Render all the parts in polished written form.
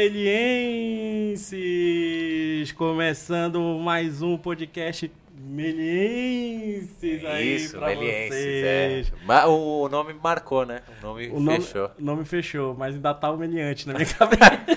melienses! Começando mais um podcast melienses aí. Isso, pra melienses, vocês. O nome marcou, né? O nome fechou. O nome fechou, mas ainda tá o meliante na minha cabeça.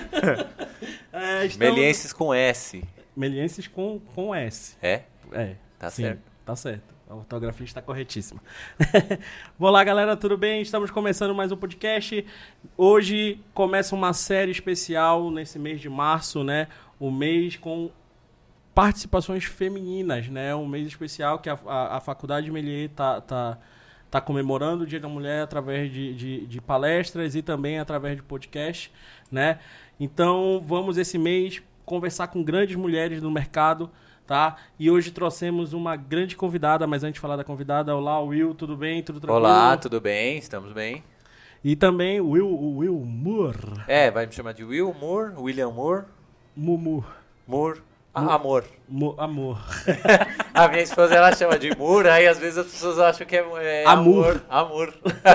Melienses com S. Melienses com S. É? É. Tá sim, certo. Tá certo. A ortografia está corretíssima. Olá, galera, tudo bem? Estamos começando mais um podcast. Hoje começa uma série especial nesse mês de março, né? O mês com participações femininas, né? Um mês especial que a Faculdade Melier tá comemorando o Dia da Mulher através de palestras e também através de podcast, né? Então, vamos esse mês conversar com grandes mulheres do mercado, tá? E hoje trouxemos uma grande convidada, mas antes de falar da convidada, olá, Will, tudo bem? Tudo tranquilo? Olá, tudo bem? Estamos bem. E também o Will Moore. Vai me chamar de Will Moore, William Moore. Mumu. Moore. Amor. Amor. A minha esposa, ela chama de Moore, aí às vezes as pessoas acham que é Amour. Amor.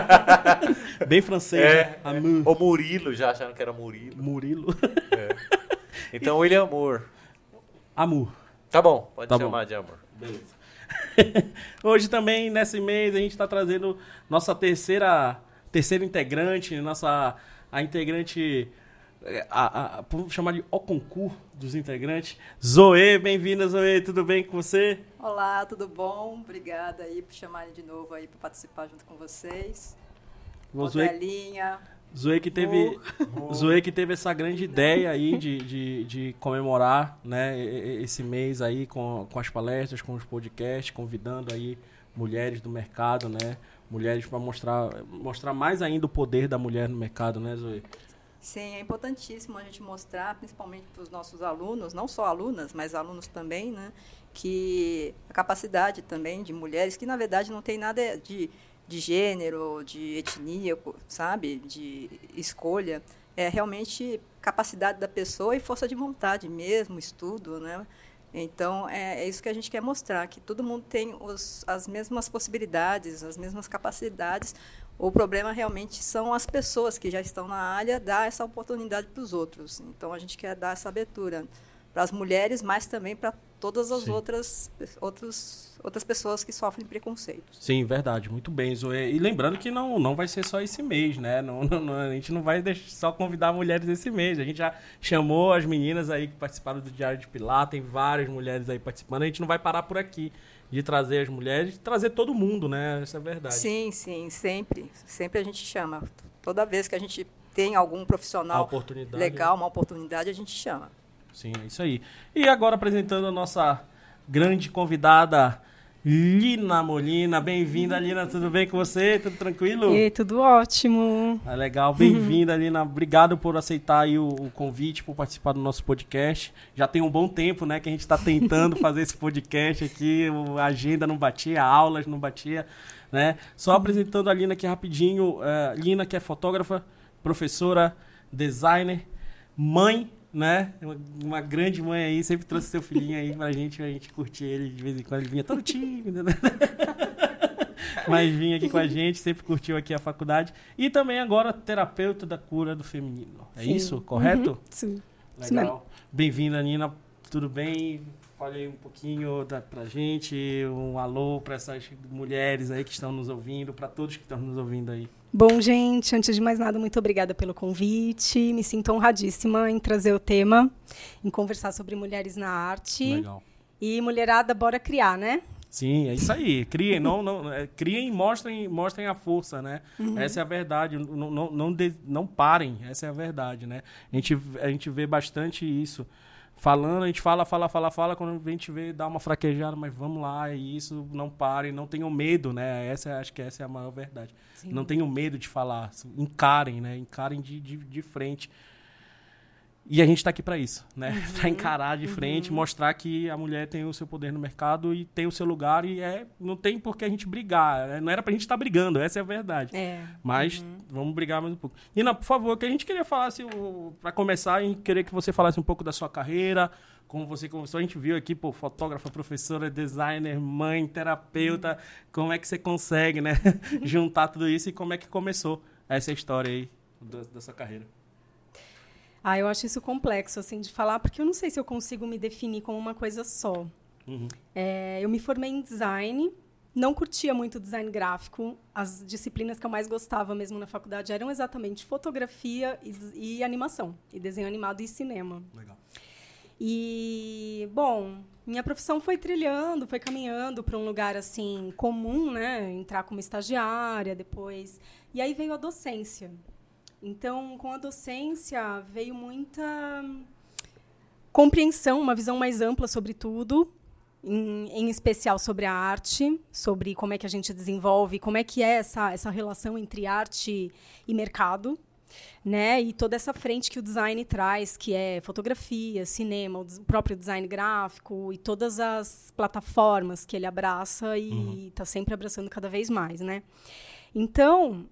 Bem francês, né? Amour. O Murilo, já acharam que era Murilo. Murilo. Então, William Moore. Amor. Tá bom, pode Tá chamar bom. de amor. Beleza. Hoje também, nesse mês, a gente está trazendo nossa terceira integrante, a integrante, vamos chamar de o concurso dos integrantes. Zoe, bem-vinda, Zoe, tudo bem com você? Olá, tudo bom? Obrigada aí por chamarem de novo aí para participar junto com vocês. Modelinha. Zoe que teve essa grande ideia aí de comemorar, né, esse mês aí com as palestras, com os podcasts, convidando aí mulheres do mercado, né, mulheres para mostrar mais ainda o poder da mulher no mercado, né, Zoe? Sim, é importantíssimo a gente mostrar, principalmente para os nossos alunos, não só alunas, mas alunos também, né, que a capacidade também de mulheres, que na verdade não tem nada de gênero, de etnia, sabe, de escolha, é realmente capacidade da pessoa e força de vontade mesmo, estudo, né? Então, é isso que a gente quer mostrar, que todo mundo tem as mesmas possibilidades, as mesmas capacidades. O problema realmente são as pessoas que já estão na área dar essa oportunidade para os outros. Então, a gente quer dar essa abertura para as mulheres, mas também para todas as outras pessoas que sofrem preconceitos. Sim, verdade, muito bem, Zoe. E lembrando que não vai ser só esse mês, né? A gente não vai só convidar mulheres esse mês. A gente já chamou as meninas aí que participaram do Diário de Pilar, tem várias mulheres aí participando. A gente não vai parar por aqui de trazer as mulheres, trazer todo mundo, né? Essa é a verdade. Sim, sempre. Sempre a gente chama. Toda vez que a gente tem algum profissional legal, uma oportunidade, a gente chama. Sim, é isso aí. E agora apresentando a nossa grande convidada, Lina Molina. Bem-vinda, Lina. Tudo bem com você? Tudo tranquilo? E tudo ótimo. Legal. Bem-vinda, Lina. Obrigado por aceitar aí o convite, por participar do nosso podcast. Já tem um bom tempo, né, que a gente está tentando fazer esse podcast aqui. A agenda não batia, a aulas não batia, né? Só apresentando a Lina aqui rapidinho. Lina, que é fotógrafa, professora, designer, mãe, né? Uma grande mãe aí, sempre trouxe seu filhinho aí pra gente curtir ele de vez em quando. Ele vinha todo tímido, né? Mas vinha aqui com a gente, sempre curtiu aqui a faculdade. E também agora terapeuta da cura do feminino. É isso? Correto? Sim. Legal. Bem-vinda, Nina. Tudo bem? Falei um pouquinho pra gente, um alô para essas mulheres aí que estão nos ouvindo, para todos que estão nos ouvindo aí. Bom, gente, antes de mais nada, muito obrigada pelo convite. Me sinto honradíssima em trazer o tema, em conversar sobre mulheres na arte. Legal. E mulherada, bora criar, né? Sim, é isso aí. Criem, criem e mostrem a força, né? Essa é a verdade. Não parem, essa é a verdade, né? A gente vê bastante isso. Falando, a gente fala, quando a gente vê, dá uma fraquejada, mas vamos lá, é isso, não parem, não tenham medo, né? Acho que essa é a maior verdade. Sim. Não tenham medo de falar, encarem, né? Encarem de frente. E a gente está aqui para isso, né? Para encarar de frente, mostrar que a mulher tem o seu poder no mercado e tem o seu lugar e não tem por que a gente brigar. Né? Não era para a gente estar brigando, essa é a verdade. Mas vamos brigar mais um pouco. Nina, por favor, que a gente queria falar, para começar, a gente queria que você falasse um pouco da sua carreira, como você começou. A gente viu aqui, fotógrafa, professora, designer, mãe, terapeuta. Como é que você consegue, né, juntar tudo isso e como é que começou essa história aí da sua carreira? Eu acho isso complexo, assim, de falar, porque eu não sei se eu consigo me definir como uma coisa só. Eu me formei em design, não curtia muito design gráfico. As disciplinas que eu mais gostava mesmo na faculdade eram exatamente fotografia e animação, e desenho animado e cinema. Legal. E, bom, minha profissão foi trilhando, foi caminhando para um lugar, assim, comum, né? Entrar como estagiária, depois... E aí veio a docência. Então, com a docência, veio muita compreensão, uma visão mais ampla sobre tudo, em especial sobre a arte, sobre como é que a gente desenvolve, como é que é essa relação entre arte e mercado, né? E toda essa frente que o design traz, que é fotografia, cinema, o próprio design gráfico e todas as plataformas que ele abraça e está sempre abraçando cada vez mais, né? Então,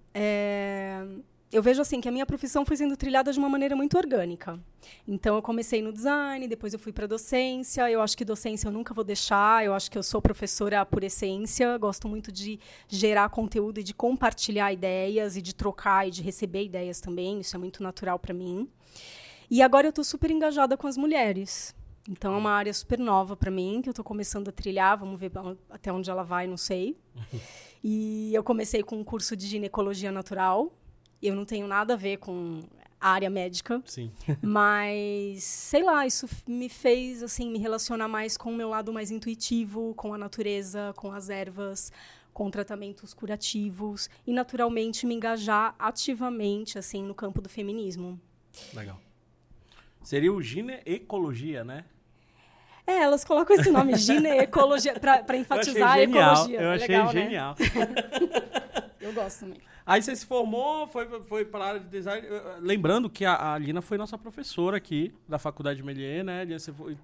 eu vejo assim que a minha profissão foi sendo trilhada de uma maneira muito orgânica. Então, eu comecei no design, depois eu fui para docência. Eu acho que docência eu nunca vou deixar. Eu acho que eu sou professora por essência. Gosto muito de gerar conteúdo e de compartilhar ideias e de trocar e de receber ideias também. Isso é muito natural para mim. E agora eu estou super engajada com as mulheres. Então, é uma área super nova para mim, que eu estou começando a trilhar. Vamos ver até onde ela vai, não sei. E eu comecei com um curso de ginecologia natural. Eu não tenho nada a ver com a área médica. Sim. Mas, sei lá, isso me fez, assim, me relacionar mais com o meu lado mais intuitivo, com a natureza, com as ervas, com tratamentos curativos. E, naturalmente, me engajar ativamente, assim, no campo do feminismo. Legal. Seria o gineecologia, né? Elas colocam esse nome, gineecologia, para enfatizar a ecologia. Eu achei legal, genial. Né? Eu gosto também. Aí você se formou, foi para a área de design. Lembrando que a Lina foi nossa professora aqui da Faculdade de Melier, né? Você foi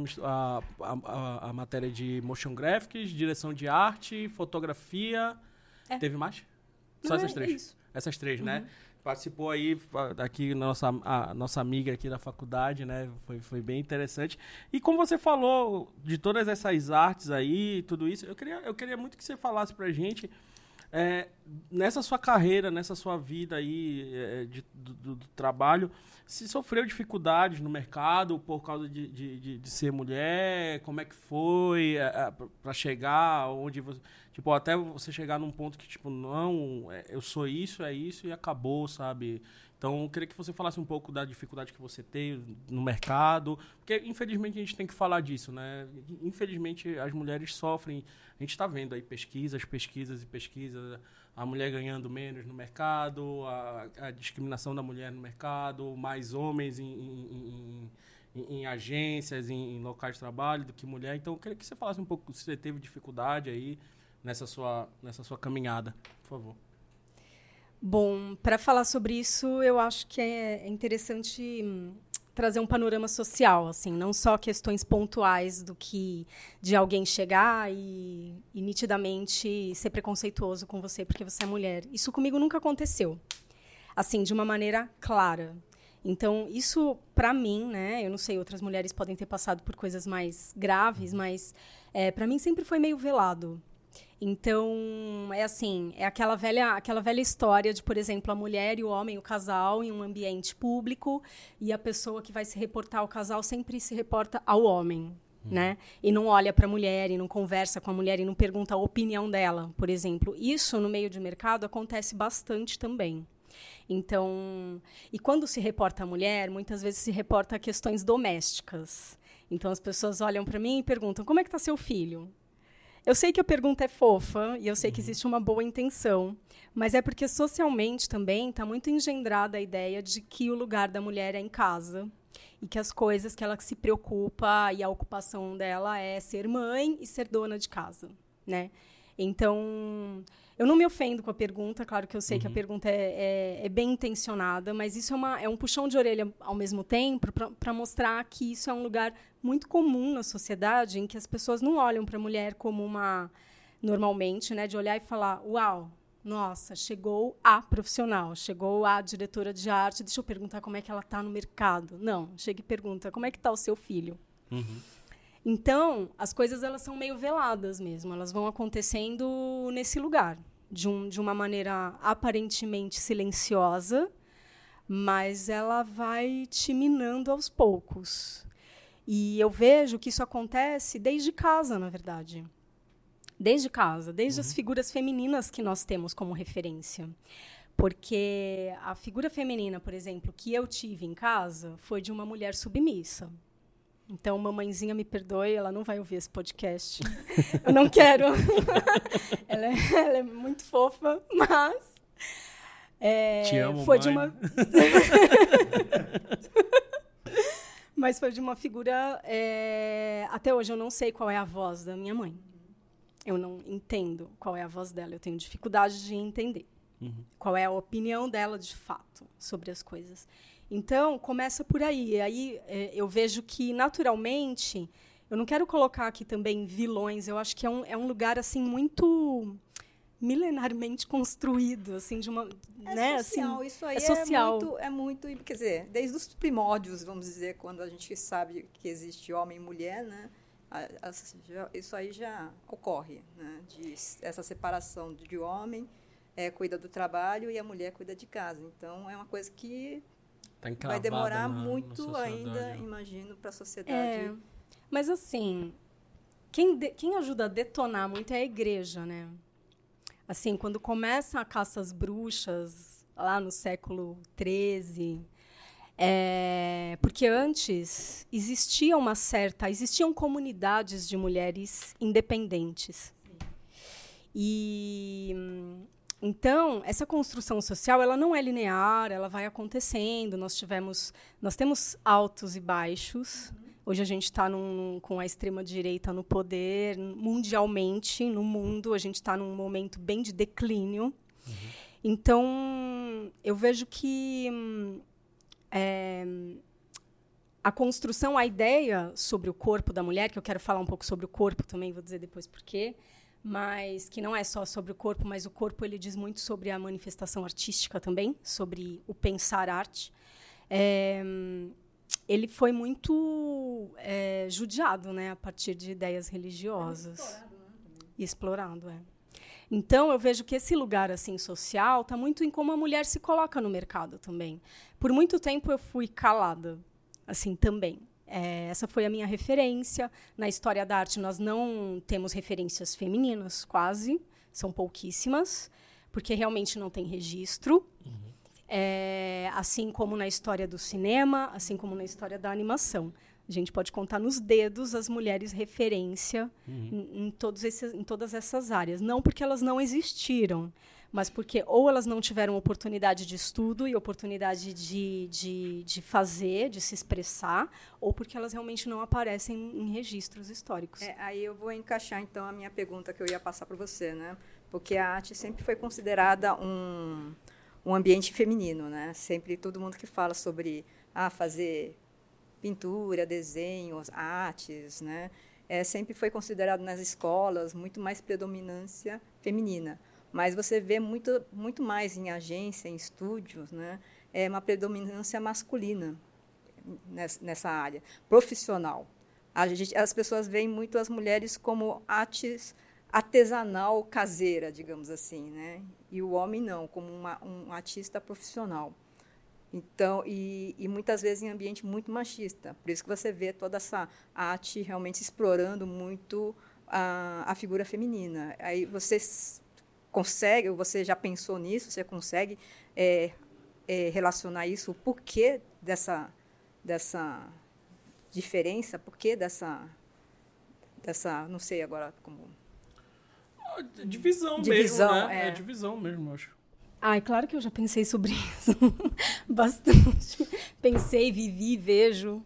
a matéria de motion graphics, direção de arte, fotografia. Teve mais? Só essas três. Isso. Essas três, né? Participou aí, aqui, a nossa amiga aqui da faculdade, né? Foi bem interessante. E como você falou de todas essas artes aí, tudo isso, eu queria muito que você falasse pra gente, nessa sua carreira, nessa sua vida aí do trabalho, se sofreu dificuldades no mercado por causa de ser mulher, como é que foi para chegar onde você... Tipo, até você chegar num ponto que, tipo, não, eu sou isso, é isso e acabou, sabe? Então, eu queria que você falasse um pouco da dificuldade que você teve no mercado, porque, infelizmente, a gente tem que falar disso, né? Infelizmente, as mulheres sofrem, a gente está vendo aí pesquisas, a mulher ganhando menos no mercado, a discriminação da mulher no mercado, mais homens em agências, em locais de trabalho do que mulher. Então, eu queria que você falasse um pouco se você teve dificuldade aí nessa sua caminhada, por favor. Bom, para falar sobre isso, eu acho que é interessante trazer um panorama social, assim, não só questões pontuais de alguém chegar e nitidamente ser preconceituoso com você porque você é mulher. Isso comigo nunca aconteceu, assim, de uma maneira clara. Então, isso, para mim, né, eu não sei, outras mulheres podem ter passado por coisas mais graves, mas para mim sempre foi meio velado. Então, é aquela velha história de, por exemplo, a mulher e o homem, o casal, em um ambiente público, e a pessoa que vai se reportar ao casal sempre se reporta ao homem, né? E não olha para a mulher, e não conversa com a mulher, e não pergunta a opinião dela, por exemplo. Isso, no meio de mercado, acontece bastante também. Então, e quando se reporta a mulher, muitas vezes se reporta a questões domésticas. Então, as pessoas olham para mim e perguntam, como é que está seu filho? Eu sei que a pergunta é fofa e eu sei que existe uma boa intenção, mas é porque socialmente também está muito engendrada a ideia de que o lugar da mulher é em casa e que as coisas que ela se preocupa e a ocupação dela é ser mãe e ser dona de casa, né? Então, eu não me ofendo com a pergunta, claro que eu sei que a pergunta é bem intencionada, mas isso é um puxão de orelha ao mesmo tempo para mostrar que isso é um lugar muito comum na sociedade, em que as pessoas não olham para a mulher como normalmente, né, de olhar e falar, uau, nossa, chegou a profissional, chegou a diretora de arte, deixa eu perguntar como é que ela está no mercado. Não, chega e pergunta, como é que está o seu filho? Então, as coisas elas são meio veladas mesmo, elas vão acontecendo nesse lugar, de uma maneira aparentemente silenciosa, mas ela vai te minando aos poucos. E eu vejo que isso acontece desde casa, na verdade. Desde casa, desde as figuras femininas que nós temos como referência. Porque a figura feminina, por exemplo, que eu tive em casa foi de uma mulher submissa. Então, mamãezinha, me perdoe, ela não vai ouvir esse podcast. Eu não quero. ela é muito fofa, mas... Te amo, foi mãe. de uma... Mas foi de uma figura... Até hoje eu não sei qual é a voz da minha mãe. Eu não entendo qual é a voz dela. Eu tenho dificuldade de entender qual é a opinião dela, de fato, sobre as coisas. Então, começa por aí. E aí eu vejo que, naturalmente... Eu não quero colocar aqui também vilões. Eu acho que é um lugar assim muito... milenarmente construído, assim, de uma... né, social, assim, isso aí é social. é muito, quer dizer, desde os primórdios, vamos dizer, quando a gente sabe que existe homem e mulher, né, isso aí já ocorre, né, essa separação de homem cuida do trabalho e a mulher cuida de casa. Então, é uma coisa que Tá vai demorar na muito ainda, sociedade. imagino, para a sociedade. Mas, assim, quem ajuda a detonar muito é a igreja, né? Assim, quando começa a caça às bruxas, lá no século XIII, porque antes existiam comunidades de mulheres independentes. E então, essa construção social, ela não é linear, ela vai acontecendo. Nós temos altos e baixos. Hoje a gente está com a extrema-direita no poder, mundialmente, no mundo. A gente está num momento bem de declínio. Então, eu vejo que a construção, a ideia sobre o corpo da mulher, que eu quero falar um pouco sobre o corpo também, vou dizer depois por quê, mas que não é só sobre o corpo, mas o corpo ele diz muito sobre a manifestação artística também, sobre o pensar arte. Ele foi muito judiado, né, a partir de ideias religiosas. Explorado, Então, eu vejo que esse lugar assim social está muito em como a mulher se coloca no mercado também. Por muito tempo, eu fui calada, assim, também. Essa foi a minha referência. Na história da arte, nós não temos referências femininas, quase. São pouquíssimas, porque realmente não tem registro. Assim como na história do cinema, assim como na história da animação. A gente pode contar nos dedos as mulheres referência em todas essas áreas. Não porque elas não existiram, mas porque ou elas não tiveram oportunidade de estudo e oportunidade de fazer, de se expressar, ou porque elas realmente não aparecem em registros históricos. Aí eu vou encaixar, então, a minha pergunta que eu ia passar para você, né? Porque a arte sempre foi considerada um ambiente feminino, né? Sempre todo mundo que fala sobre fazer pintura, desenhos, artes, né? Sempre foi considerado nas escolas muito mais predominância feminina. Mas você vê muito mais em agência, em estúdios, né? Uma predominância masculina nessa área, profissional. As pessoas veem muito as mulheres como artes artesanal caseira, digamos assim, né? E o homem não, como um artista profissional. Então, e muitas vezes em ambiente muito machista. Por isso que você vê toda essa arte realmente explorando muito a figura feminina. Aí você já pensou nisso? Você consegue relacionar isso? O porquê dessa diferença? Por que dessa, não sei agora como... Divisão mesmo, né? Divisão mesmo, eu acho. Claro que eu já pensei sobre isso bastante. Pensei, vivi, vejo.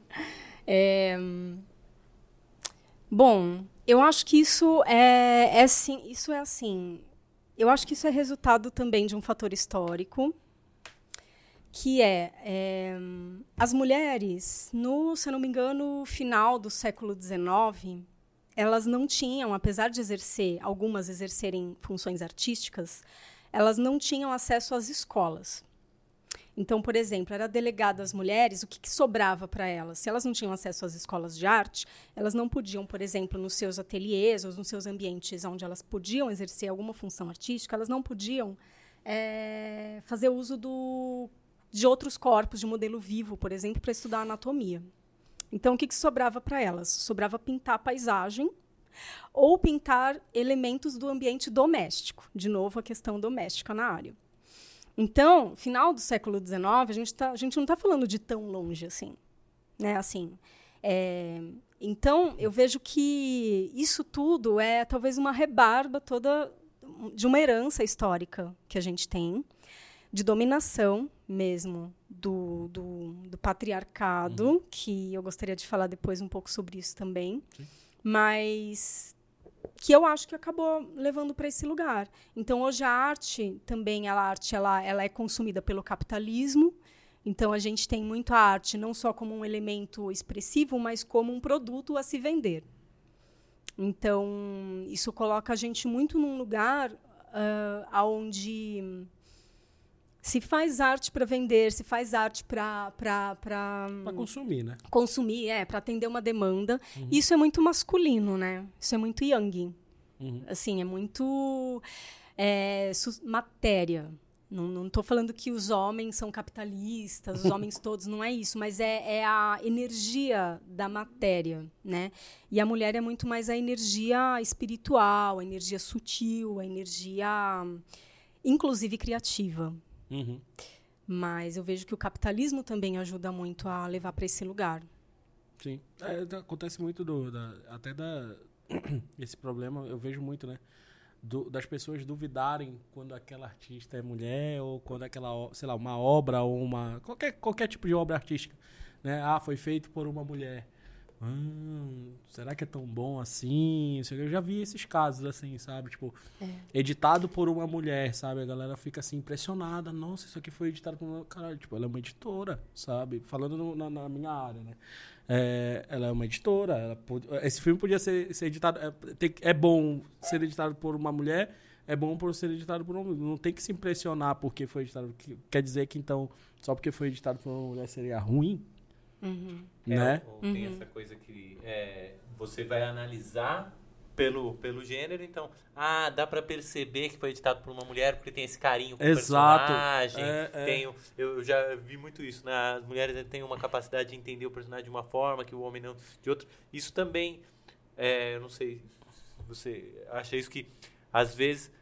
Bom, eu acho que isso isso é assim. Eu acho que isso é resultado também de um fator histórico, que as mulheres, se eu não me engano, final do século XIX, elas não tinham, apesar de algumas exercerem funções artísticas, elas não tinham acesso às escolas. Então, por exemplo, era delegado às mulheres o que sobrava para elas. Se elas não tinham acesso às escolas de arte, elas não podiam, por exemplo, nos seus ateliês ou nos seus ambientes onde elas podiam exercer alguma função artística, elas não podiam fazer uso de outros corpos, de modelo vivo, por exemplo, para estudar anatomia. Então, o que sobrava para elas? Sobrava pintar a paisagem ou pintar elementos do ambiente doméstico. De novo, a questão doméstica na área. Então, final do século XIX, a gente não está falando de tão longe assim. Né? Assim, então, eu vejo que isso tudo é talvez uma rebarba toda de uma herança histórica que a gente tem, de dominação mesmo do patriarcado, que eu gostaria de falar depois um pouco sobre isso também, sim, mas que eu acho que acabou levando para esse lugar. Então, hoje a arte também, ela é consumida pelo capitalismo. Então, a gente tem muito a arte não só como um elemento expressivo, mas como um produto a se vender. Então, isso coloca a gente muito num lugar onde se faz arte para vender, se faz arte para consumir, né? Consumir, para atender uma demanda. Uhum. Isso é muito masculino, né? Isso é muito yang. Uhum. Assim, é muito matéria. Não estou falando que os homens são capitalistas, os homens todos, não é isso, mas é a energia da matéria, né? E a mulher é muito mais a energia espiritual, a energia sutil, a energia, inclusive, criativa. Uhum. Mas eu vejo que o capitalismo também ajuda muito a levar para esse lugar. Sim. Acontece muito esse problema, eu vejo muito, né? Das pessoas duvidarem quando aquela artista é mulher ou quando aquela, sei lá, uma obra ou qualquer tipo de obra artística, né? Foi feito por uma mulher. Será que é tão bom assim? Eu já vi esses casos assim, sabe? Tipo, editado por uma mulher, sabe? A galera fica assim impressionada. Nossa, isso aqui foi editado por uma... Caralho, tipo, ela é uma editora, sabe? Falando na minha área, né? Ela é uma editora. Esse filme podia ser editado... É bom ser editado por uma mulher, é bom por ser editado por um homem. Não tem que se impressionar porque foi editado. Quer dizer que, então, só porque foi editado por uma mulher seria ruim? Uhum. Né? Tem essa coisa que você vai analisar pelo gênero, então dá pra perceber que foi editado por uma mulher porque tem esse carinho com o personagem. Eu já vi muito isso, né? As mulheres têm uma capacidade de entender o personagem de uma forma que o homem não de outra. Isso também, eu não sei se você acha isso, que às vezes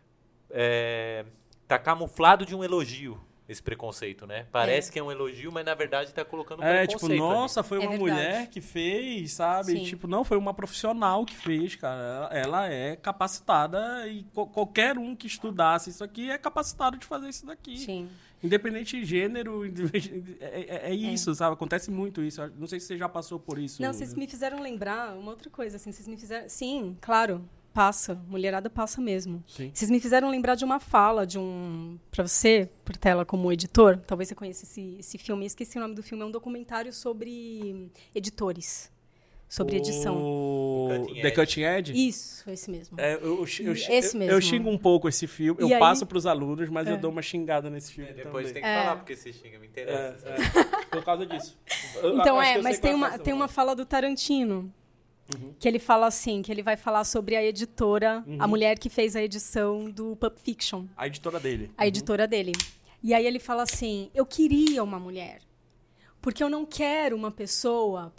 tá camuflado de um elogio. Esse preconceito, né? Parece que é um elogio, mas na verdade tá colocando um preconceito. Tipo, nossa, ali. Foi uma verdade. Mulher que fez, sabe? Sim. Tipo, não, foi uma profissional que fez, cara. Ela é capacitada e qualquer um que estudasse isso aqui é capacitado de fazer isso daqui. Sim. Independente de gênero, isso, sabe? Acontece muito isso. Não sei se você já passou por isso. Não, vocês me fizeram lembrar uma outra coisa, assim, vocês me fizeram... Sim, claro. Passa, mulherada passa mesmo. Sim. Vocês me fizeram lembrar de uma fala para você, Portela, como editor, talvez você conheça esse filme, eu esqueci o nome do filme, é um documentário sobre editores, sobre edição. The Cutting Edge? Isso, esse mesmo. Esse mesmo. Eu xingo um pouco esse filme, eu passo para os alunos, mas eu dou uma xingada nesse filme depois também. Tem que falar, porque se xinga, me interessa. Por causa disso. Então, mas tem uma fala do Tarantino, que ele fala assim, que ele vai falar sobre a editora, a mulher que fez a edição do Pulp Fiction. A editora dele. A editora dele. E aí ele fala assim, eu queria uma mulher, porque eu não quero uma pessoa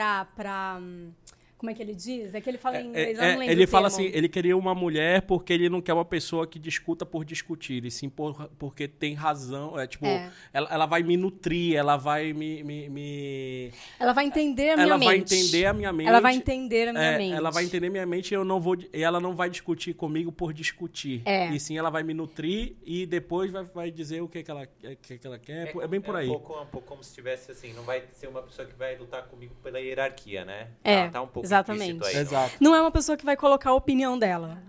como é que ele diz? É que ele fala em inglês, eu não lembro. Ele fala assim, ele queria uma mulher porque ele não quer uma pessoa que discuta por discutir, e sim porque tem razão. Ela vai me nutrir, ela vai me... Ela vai entender a minha mente. Ela vai entender a minha mente. Ela vai entender a minha mente. Ela vai entender minha mente e ela não vai discutir comigo por discutir. E sim, ela vai me nutrir e depois vai dizer o que ela quer. É bem por aí. Um pouco como se tivesse assim, não vai ser uma pessoa que vai lutar comigo pela hierarquia, né? Tá um pouco exatamente. Aí, exato. Não é uma pessoa que vai colocar a opinião dela.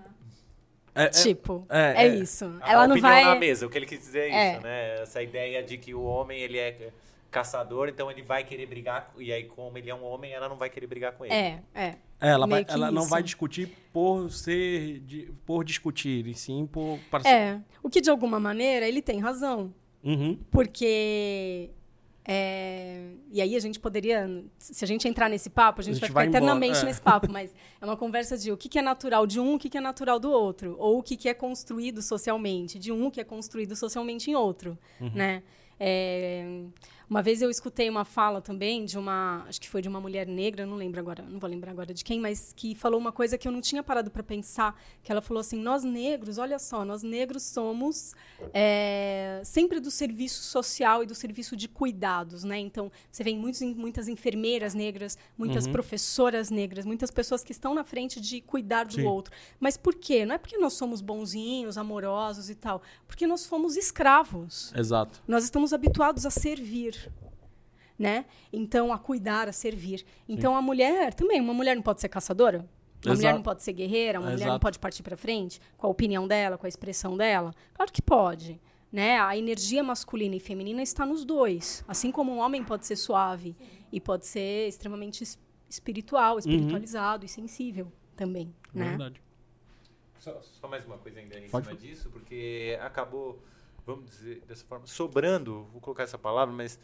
Isso. Ela não vai... na mesa, o que ele quis dizer é isso, né? Essa ideia de que o homem, ele é caçador, então ele vai querer brigar, e aí como ele é um homem, ela não vai querer brigar com ele. Ela não vai discutir por discutir, e sim por... O que de alguma maneira ele tem razão. Porque... E aí a gente poderia, se a gente entrar nesse papo, a gente vai ficar eternamente nesse papo, mas é uma conversa de o que é natural de um, o que é natural do outro, ou o que é construído socialmente de um, o que é construído socialmente em outro, né? Uma vez eu escutei uma fala também acho que foi de uma mulher negra, não vou lembrar agora de quem, mas que falou uma coisa que eu não tinha parado para pensar, que ela falou assim, nós negros, olha só, nós negros somos sempre do serviço social e do serviço de cuidados, né? Então, você vê muitas enfermeiras negras, muitas professoras negras, muitas pessoas que estão na frente de cuidar do outro. Mas por quê? Não é porque nós somos bonzinhos, amorosos e tal, porque nós fomos escravos. Exato. Nós estamos habituados a servir. Né? Então, a cuidar, a servir. Então, a mulher também. Uma mulher não pode ser caçadora? Uma mulher não pode ser guerreira? Uma mulher não pode partir para frente com a opinião dela, com a expressão dela? Claro que pode. Né? A energia masculina e feminina está nos dois. Assim como um homem pode ser suave e pode ser extremamente espiritualizado e sensível também. Né? Verdade. Só mais uma coisa ainda em cima disso, porque acabou, vamos dizer dessa forma, sobrando, vou colocar essa palavra, mas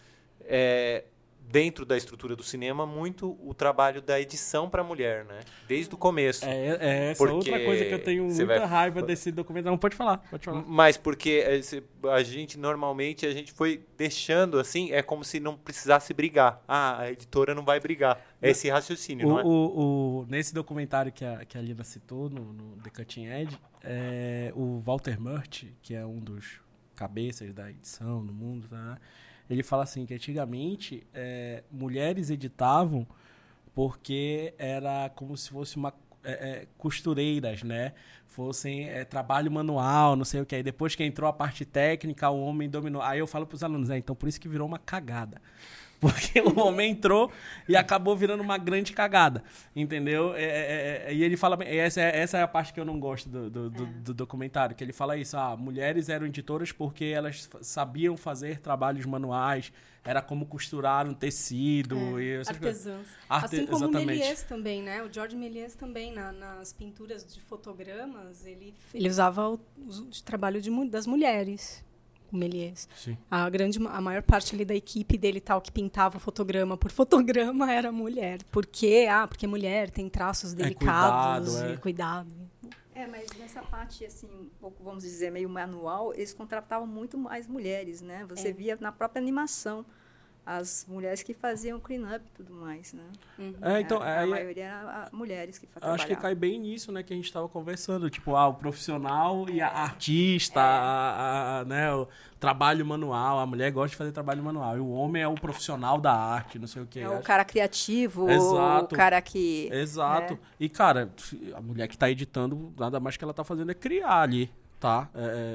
dentro da estrutura do cinema, muito o trabalho da edição para a mulher, né? Desde o começo. Essa é outra coisa que eu tenho muita raiva desse documentário. Não, pode falar. Mas porque a gente foi deixando assim, é como se não precisasse brigar. A editora não vai brigar. É esse raciocínio, não é? Nesse documentário que a Lina citou, no The Cutting Edge, o Walter Murch, que é um dos cabeças da edição no mundo, tá? Ele fala assim, que antigamente mulheres editavam porque era como se fosse costureiras, né? Fossem trabalho manual, não sei o que. Aí depois que entrou a parte técnica, o homem dominou. Aí eu falo para os alunos, então por isso que virou uma cagada. Porque o homem entrou e acabou virando uma grande cagada, entendeu? E ele fala, essa é a parte que eu não gosto do documentário, que ele fala isso, mulheres eram editoras porque elas sabiam fazer trabalhos manuais, era como costurar um tecido. E artesãs. Assim como o Méliès também, né? O Georges Méliès também, nas pinturas de fotogramas, ele usava o trabalho das mulheres. O Méliès. Sim. A maior parte ali da equipe dele tal que pintava fotograma por fotograma era mulher. Por quê? Porque mulher tem traços delicados cuidado. Mas nessa parte, assim, um pouco, vamos dizer, meio manual, eles contratavam muito mais mulheres, né? Você via na própria animação as mulheres que faziam clean-up e tudo mais, né? Então, a maioria era mulheres que trabalhavam. Acho que cai bem nisso, né, que a gente estava conversando. Tipo, o profissional e a artista, né, o trabalho manual. A mulher gosta de fazer trabalho manual. E o homem é o profissional da arte, não sei o quê. O cara criativo, Exato. O cara que... Exato. E, cara, a mulher que está editando, nada mais que ela está fazendo é criar ali. Tá?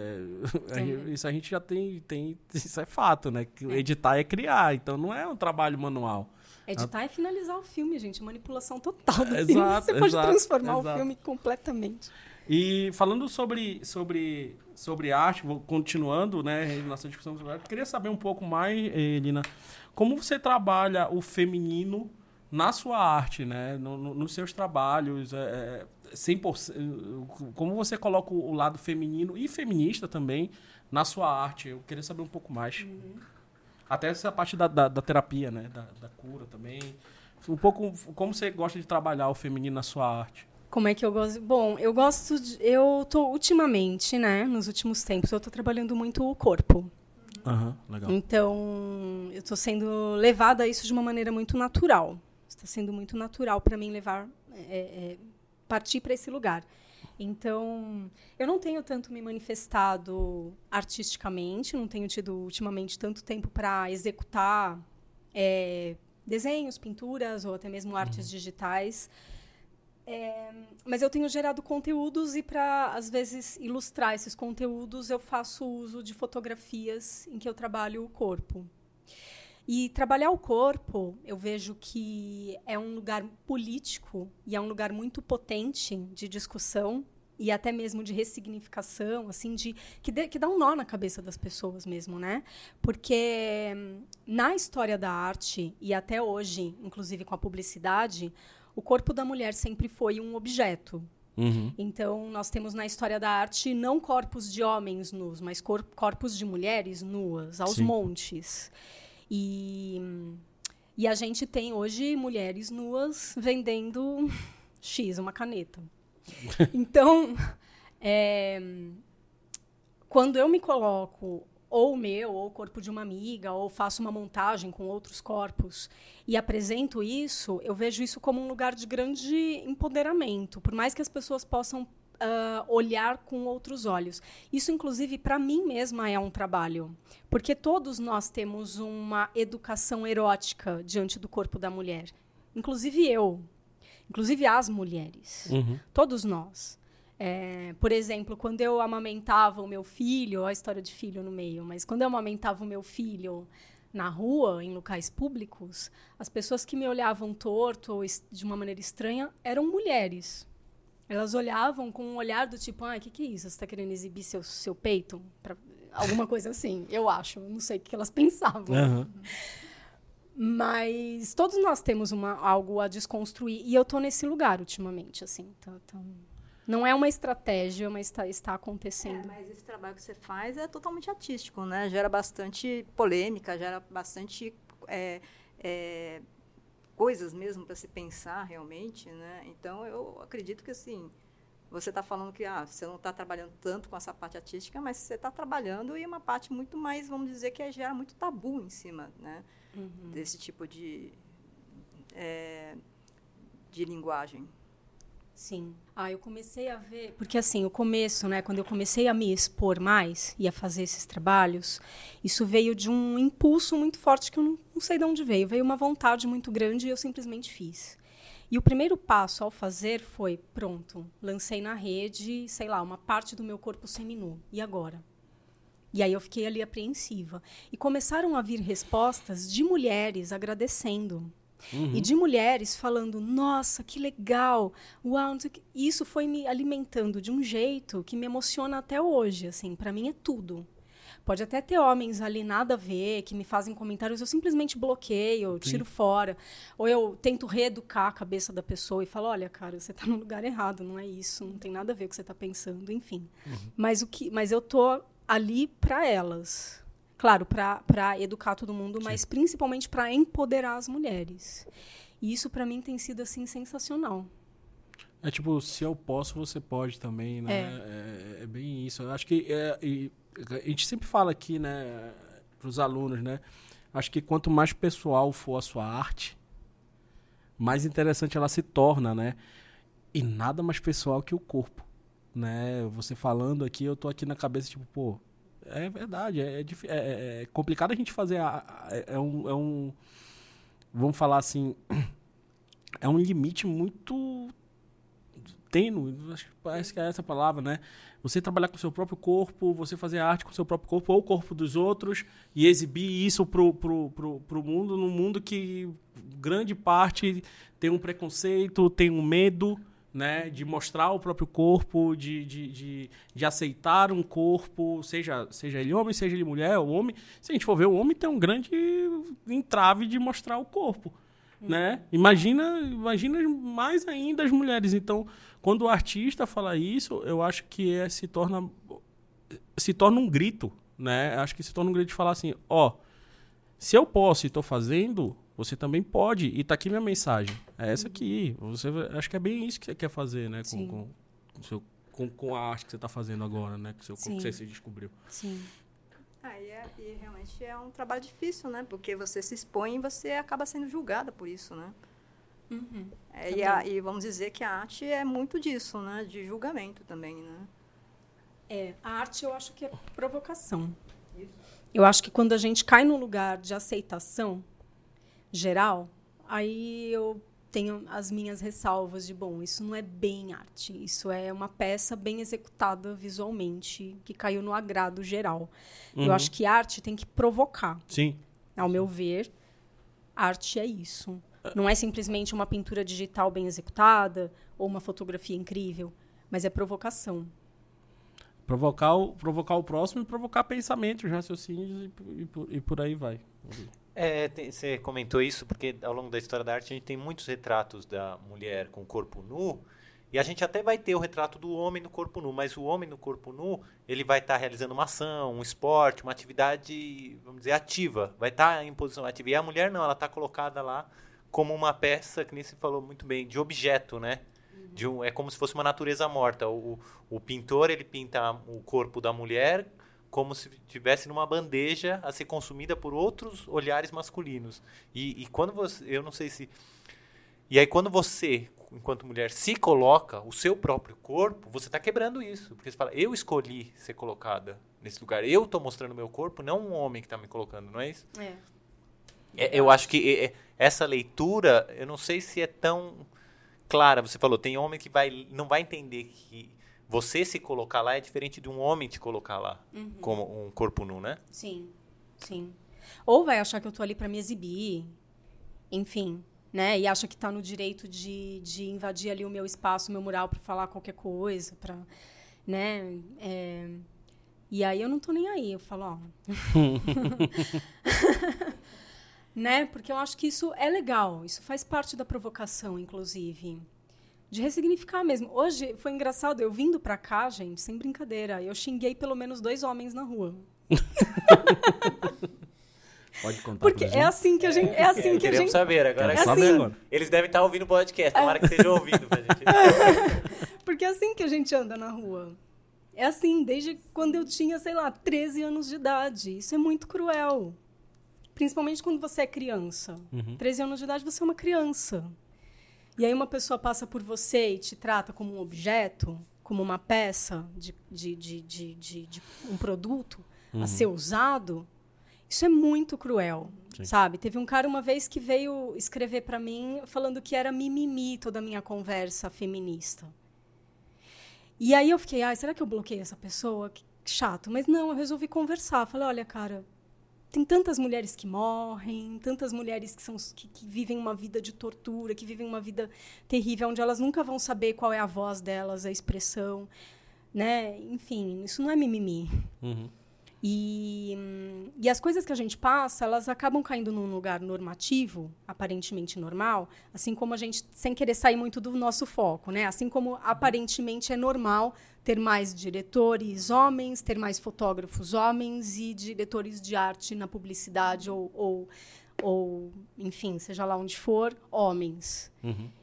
Isso a gente já tem. Isso é fato, né? Que editar é criar, então não é um trabalho manual. Editar é finalizar o filme, gente. Manipulação total do filme. Exato, Você pode transformar o filme completamente. E falando sobre arte, continuando, né, nossa discussão sobre arte, queria saber um pouco mais, Lina, como você trabalha o feminino na sua arte, né? Nos seus trabalhos, 100%, como você coloca o lado feminino e feminista também na sua arte? Eu queria saber um pouco mais. Até essa parte da terapia, né? Da cura também. Um pouco como você gosta de trabalhar o feminino na sua arte. Como é que eu gosto? Bom, eu tô ultimamente, né? Nos últimos tempos, eu tô trabalhando muito o corpo. Legal. Então, eu tô sendo levada a isso de uma maneira muito natural. Está sendo muito natural para mim partir para esse lugar. Então, eu não tenho tanto me manifestado artisticamente, não tenho tido ultimamente tanto tempo para executar desenhos, pinturas ou até mesmo artes digitais. Mas eu tenho gerado conteúdos e para, às vezes, ilustrar esses conteúdos, eu faço uso de fotografias em que eu trabalho o corpo. E trabalhar o corpo, eu vejo que é um lugar político e é um lugar muito potente de discussão e até mesmo de ressignificação, assim, que dá um nó na cabeça das pessoas mesmo, né? Porque na história da arte, e até hoje, inclusive com a publicidade, o corpo da mulher sempre foi um objeto. Então, nós temos na história da arte não corpos de homens nus, mas corpos de mulheres nuas, aos montes. E a gente tem hoje mulheres nuas vendendo uma caneta. Então, quando eu me coloco ou o meu, ou o corpo de uma amiga, ou faço uma montagem com outros corpos e apresento isso, eu vejo isso como um lugar de grande empoderamento, por mais que as pessoas possam olhar com outros olhos. Isso, inclusive, para mim mesma é um trabalho, porque todos nós temos uma educação erótica diante do corpo da mulher, inclusive eu, inclusive as mulheres, todos nós. Por exemplo, quando eu amamentava o meu filho, a história de filho no meio, mas quando eu amamentava o meu filho na rua, em locais públicos, as pessoas que me olhavam torto ou de uma maneira estranha eram mulheres. Elas olhavam com um olhar do tipo, o que é isso? Você está querendo exibir seu peito? Alguma coisa assim, eu acho. Não sei o que elas pensavam. Uhum. Mas todos nós temos algo a desconstruir. E eu estou nesse lugar ultimamente, assim. Não é uma estratégia, mas está acontecendo. Mas esse trabalho que você faz é totalmente artístico, né? Gera bastante polêmica, gera bastante coisas mesmo para se pensar realmente, né? Então, eu acredito que, assim, você está falando que você não está trabalhando tanto com essa parte artística, mas você está trabalhando e uma parte muito mais, vamos dizer, que gera muito tabu em cima, né? Desse tipo de linguagem. Sim. Eu comecei a ver... Porque, assim, o começo, né, quando eu comecei a me expor mais e a fazer esses trabalhos, isso veio de um impulso muito forte que eu não sei de onde veio. Veio uma vontade muito grande e eu simplesmente fiz. E o primeiro passo ao fazer foi, pronto, lancei na rede, sei lá, uma parte do meu corpo seminu. E agora? E aí eu fiquei ali apreensiva. E começaram a vir respostas de mulheres agradecendo. E de mulheres falando, nossa, que legal, uau, não sei o que. Isso foi me alimentando de um jeito que me emociona até hoje, assim, para mim é tudo. Pode até ter homens ali nada a ver, que me fazem comentários, eu simplesmente bloqueio, tiro fora, ou eu tento reeducar a cabeça da pessoa e falo, olha, cara, você está no lugar errado, não é isso, não tem nada a ver com o que você está pensando, enfim. Mas eu tô ali para elas. Claro, para educar todo mundo, mas principalmente para empoderar as mulheres. E isso, para mim, tem sido assim, sensacional. É tipo, se eu posso, você pode também, né? É bem isso. Eu acho que a gente sempre fala aqui, né, para os alunos, né? Acho que quanto mais pessoal for a sua arte, mais interessante ela se torna, né? E nada mais pessoal que o corpo, né? Você falando aqui, eu tô aqui na cabeça, tipo, pô, é verdade, é complicado a gente fazer. Vamos falar assim, é um limite muito tênue, acho que parece que é essa a palavra, né? Você trabalhar com o seu próprio corpo, você fazer arte com o seu próprio corpo ou o corpo dos outros e exibir isso pro mundo, num mundo que grande parte tem um preconceito, tem um medo, né, de mostrar o próprio corpo, de aceitar um corpo, seja ele homem, seja ele mulher, o homem. Se a gente for ver, o homem tem um grande entrave de mostrar o corpo, né? Imagina mais ainda as mulheres. Então, quando o artista fala isso, eu acho que se torna um grito, né? Acho que se torna um grito de falar assim, se eu posso e estou fazendo, você também pode. E tá aqui minha mensagem. É essa aqui. Acho que é bem isso que você quer fazer, né? Com a arte que você está fazendo agora, né? Com o seu corpo que você se descobriu. Sim. E realmente é um trabalho difícil, né? Porque você se expõe e você acaba sendo julgada por isso, né? E vamos dizer que a arte é muito disso, né? De julgamento também, né? A arte eu acho que é provocação. Isso. Eu acho que quando a gente cai num lugar de aceitação geral, aí eu tenho as minhas ressalvas de, isso não é bem arte, isso é uma peça bem executada visualmente, que caiu no agrado geral. Eu acho que arte tem que provocar. Sim. Ao meu ver, arte é isso. Não é simplesmente uma pintura digital bem executada ou uma fotografia incrível, mas é provocação. Provocar o próximo e provocar pensamentos, raciocínios e por aí vai. Você comentou isso porque ao longo da história da arte a gente tem muitos retratos da mulher com o corpo nu e a gente até vai ter o retrato do homem no corpo nu, mas o homem no corpo nu ele vai estar realizando uma ação, um esporte, uma atividade, vamos dizer, ativa, vai estar em posição ativa. E a mulher não, ela está colocada lá como uma peça, que nem você falou muito bem, de objeto, né? É como se fosse uma natureza morta. O pintor ele pinta o corpo da mulher como se estivesse numa bandeja a ser consumida por outros olhares masculinos. E quando você... Eu não sei se... E aí, quando você, enquanto mulher, se coloca o seu próprio corpo, você está quebrando isso. Porque você fala, eu escolhi ser colocada nesse lugar. Eu estou mostrando o meu corpo, não um homem que está me colocando, não é isso? Eu acho que essa leitura, eu não sei se é tão clara. Você falou, tem homem que não vai entender que você se colocar lá é diferente de um homem te colocar lá, como um corpo nu, né? Sim, sim. Ou vai achar que eu tô ali para me exibir, enfim, né? E acha que tá no direito de invadir ali o meu espaço, o meu mural para falar qualquer coisa, para, né? E aí eu não tô nem aí, eu falo, ó... né? Porque eu acho que isso é legal, isso faz parte da provocação, inclusive. De ressignificar mesmo. Hoje foi engraçado, eu vindo pra cá, gente, sem brincadeira, eu xinguei pelo menos 2 homens na rua. Pode contar. Porque é assim que a gente... É assim que a gente... saber agora. Agora. Eles devem estar ouvindo o podcast, tomara que estejam ouvindo pra gente. Porque é assim que a gente anda na rua. É assim, desde quando eu tinha, sei lá, 13 anos de idade. Isso é muito cruel. Principalmente quando você é criança. 13 anos de idade, você é uma criança. E aí uma pessoa passa por você e te trata como um objeto, como uma peça de um produto a ser usado. Isso é muito cruel, sabe? Teve um cara uma vez que veio escrever para mim falando que era mimimi toda a minha conversa feminista. E aí eu fiquei, será que eu bloqueei essa pessoa? Que chato. Mas não, eu resolvi conversar. Falei, olha, cara... Tem tantas mulheres que morrem, tantas mulheres que vivem uma vida de tortura, que vivem uma vida terrível, onde elas nunca vão saber qual é a voz delas, a expressão, né? Enfim, isso não é mimimi. E as coisas que a gente passa, elas acabam caindo num lugar normativo, aparentemente normal, assim como a gente, sem querer sair muito do nosso foco, né? Assim como aparentemente é normal ter mais diretores homens, ter mais fotógrafos homens e diretores de arte na publicidade ou enfim, seja lá onde for, homens.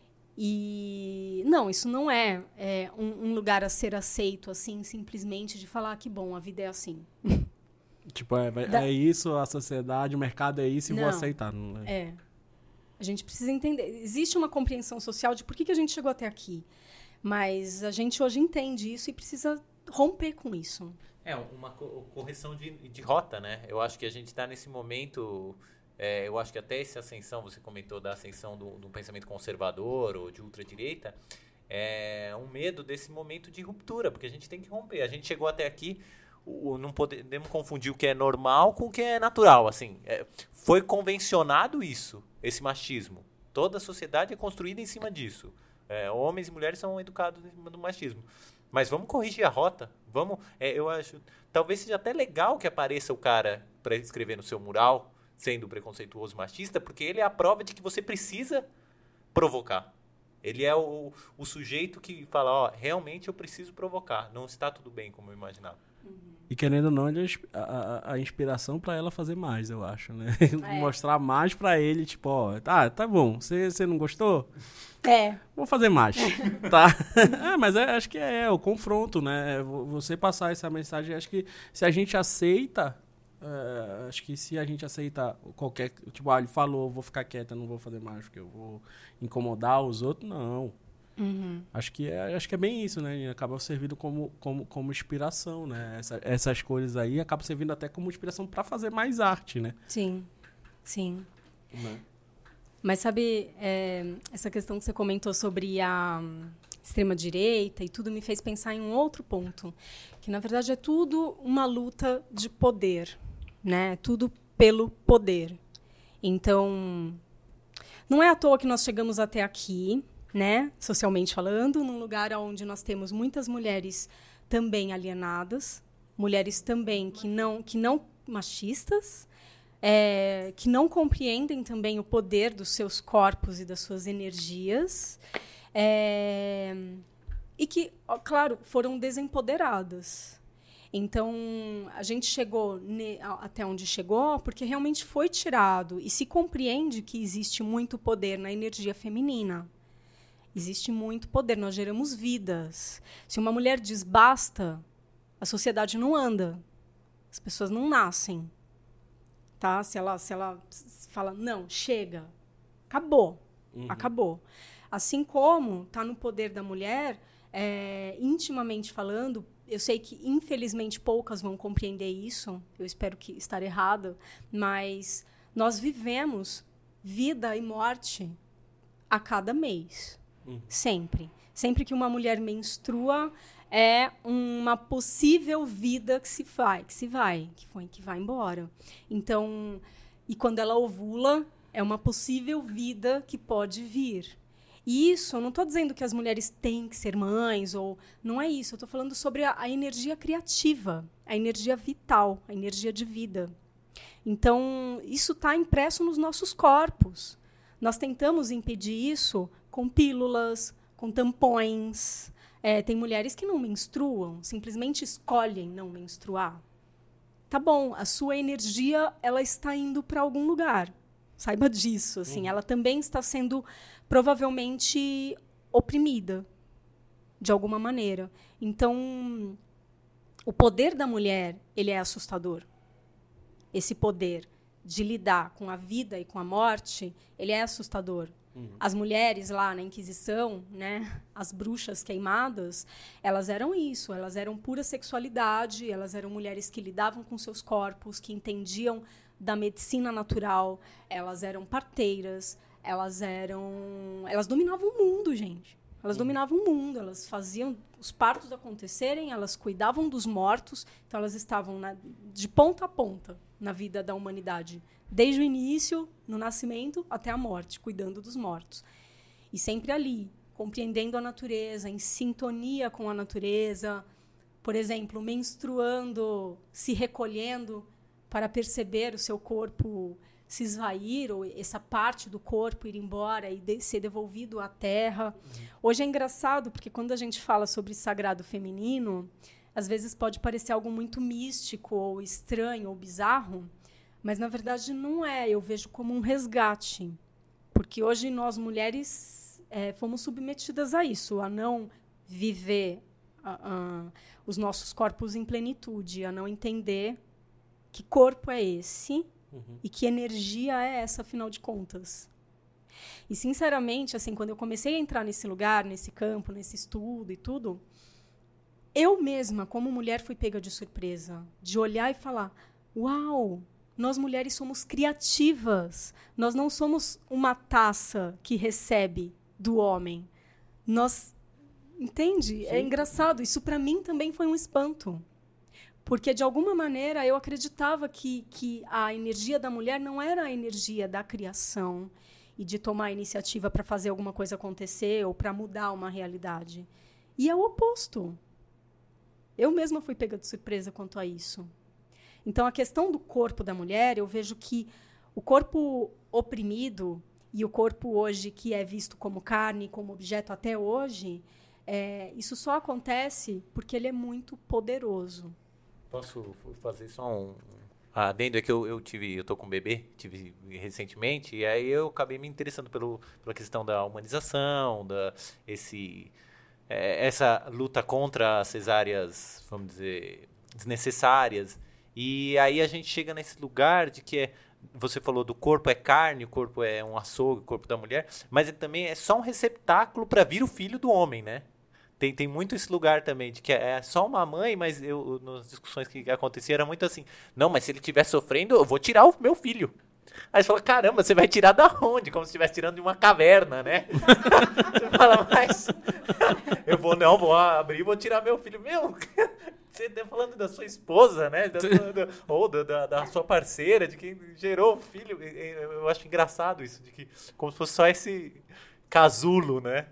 E não, isso não é um lugar a ser aceito, assim, simplesmente de falar que bom, a vida é assim. Tipo, é isso, a sociedade, o mercado é isso e vou aceitar. Não é. A gente precisa entender. Existe uma compreensão social de por que a gente chegou até aqui. Mas a gente hoje entende isso e precisa romper com isso. Uma correção de rota, né? Eu acho que a gente está nesse momento... eu acho que até essa ascensão, você comentou da ascensão do pensamento conservador ou de ultradireita, é um medo desse momento de ruptura, porque a gente tem que romper. A gente chegou até aqui, não podemos confundir o que é normal com o que é natural. Assim, foi convencionado isso, esse machismo. Toda a sociedade é construída em cima disso. Homens e mulheres são educados em cima do machismo. Mas vamos corrigir a rota. Eu acho, talvez seja até legal que apareça o cara para escrever no seu mural, sendo preconceituoso machista, porque ele é a prova de que você precisa provocar. Ele é o sujeito que fala, realmente eu preciso provocar. Não está tudo bem como eu imaginava. E querendo ou não, ele é a inspiração para ela fazer mais, eu acho, né? Mostrar mais para ele, tipo, tá bom, você não gostou? Vou fazer mais, tá? Mas acho que é o confronto, né? Você passar essa mensagem, acho que se a gente aceita... acho que se a gente aceita qualquer... Tipo, ele falou, vou ficar quieta, não vou fazer mais, porque eu vou incomodar os outros. Não. Acho que é bem isso, né? Acaba servindo como inspiração, né? Essas coisas aí acabam servindo até como inspiração para fazer mais arte, né? Sim. Mas sabe, essa questão que você comentou sobre a extrema-direita e tudo me fez pensar em um outro ponto, que na verdade é tudo uma luta de poder, né? Tudo pelo poder. Então, não é à toa que nós chegamos até aqui, né? Socialmente falando, num lugar onde nós temos muitas mulheres também alienadas, mulheres também que não machistas, que não compreendem também o poder dos seus corpos e das suas energias, e que, claro, foram desempoderadas. Então, a gente chegou até onde chegou porque realmente foi tirado e se compreende que existe muito poder na energia feminina. Existe muito poder, nós geramos vidas. Se uma mulher diz basta, a sociedade não anda. As pessoas não nascem. Tá? Se ela fala, não, chega, acabou. Acabou. Assim como está no poder da mulher, intimamente falando, eu sei que, infelizmente, poucas vão compreender isso, eu espero que estar errada, mas nós vivemos vida e morte a cada mês. Sempre. Sempre que uma mulher menstrua, é uma possível vida que vai embora. Então, e quando ela ovula, é uma possível vida que pode vir. E isso, eu não estou dizendo que as mulheres têm que ser mães, ou não é isso. Eu estou falando sobre a energia criativa, a energia vital, a energia de vida. Então, isso está impresso nos nossos corpos. Nós tentamos impedir isso com pílulas, com tampões. Tem mulheres que não menstruam, simplesmente escolhem não menstruar. Tá bom, a sua energia ela está indo para algum lugar. Saiba disso. Assim, ela também está sendo provavelmente oprimida, de alguma maneira. Então, o poder da mulher ele é assustador. Esse poder de lidar com a vida e com a morte, ele é assustador. As mulheres lá na Inquisição, né, as bruxas queimadas, elas eram isso, elas eram pura sexualidade, elas eram mulheres que lidavam com seus corpos, que entendiam da medicina natural, elas eram parteiras, elas dominavam o mundo, gente. Elas dominavam o mundo, elas faziam os partos acontecerem, elas cuidavam dos mortos, então elas estavam de ponta a ponta na vida da humanidade, desde o início, no nascimento, até a morte, cuidando dos mortos. E sempre ali, compreendendo a natureza, em sintonia com a natureza, por exemplo, menstruando, se recolhendo para perceber o seu corpo se esvair, ou essa parte do corpo ir embora e ser devolvido à terra. Hoje é engraçado, porque quando a gente fala sobre sagrado feminino, às vezes pode parecer algo muito místico, ou estranho, ou bizarro, mas, na verdade, não é. Eu vejo como um resgate. Porque hoje nós, mulheres, fomos submetidas a isso, a não viver os nossos corpos em plenitude, a não entender que corpo é esse e que energia é essa, afinal de contas. E, sinceramente, assim, quando eu comecei a entrar nesse lugar, nesse campo, nesse estudo e tudo, eu mesma, como mulher, fui pega de surpresa, de olhar e falar, uau, nós mulheres somos criativas, nós não somos uma taça que recebe do homem. Nós, entende? Sim. É engraçado, isso para mim também foi um espanto. Porque, de alguma maneira, eu acreditava que a energia da mulher não era a energia da criação e de tomar a iniciativa para fazer alguma coisa acontecer ou para mudar uma realidade. E é o oposto. Eu mesma fui pega de surpresa quanto a isso. Então, a questão do corpo da mulher, eu vejo que o corpo oprimido e o corpo hoje que é visto como carne, como objeto até hoje, isso só acontece porque ele é muito poderoso. Posso fazer só um adendo? É que eu tô com um bebê, tive recentemente, e aí eu acabei me interessando pela questão da humanização, essa luta contra as cesáreas, vamos dizer, desnecessárias. E aí a gente chega nesse lugar de que você falou do corpo é carne, o corpo é um açougue, o corpo da mulher, mas ele também é só um receptáculo para vir o filho do homem, né? Tem muito esse lugar também, de que é só uma mãe, mas nas discussões que aconteciam era muito assim, não, mas se ele estiver sofrendo, eu vou tirar o meu filho. Aí você fala, caramba, você vai tirar da onde? Como se estivesse tirando de uma caverna, né? Você fala, mas vou abrir e vou tirar meu filho. Meu, você está falando da sua esposa, né? Ou da sua parceira, de quem gerou o filho. Eu acho engraçado isso, de que como se fosse só esse casulo, né?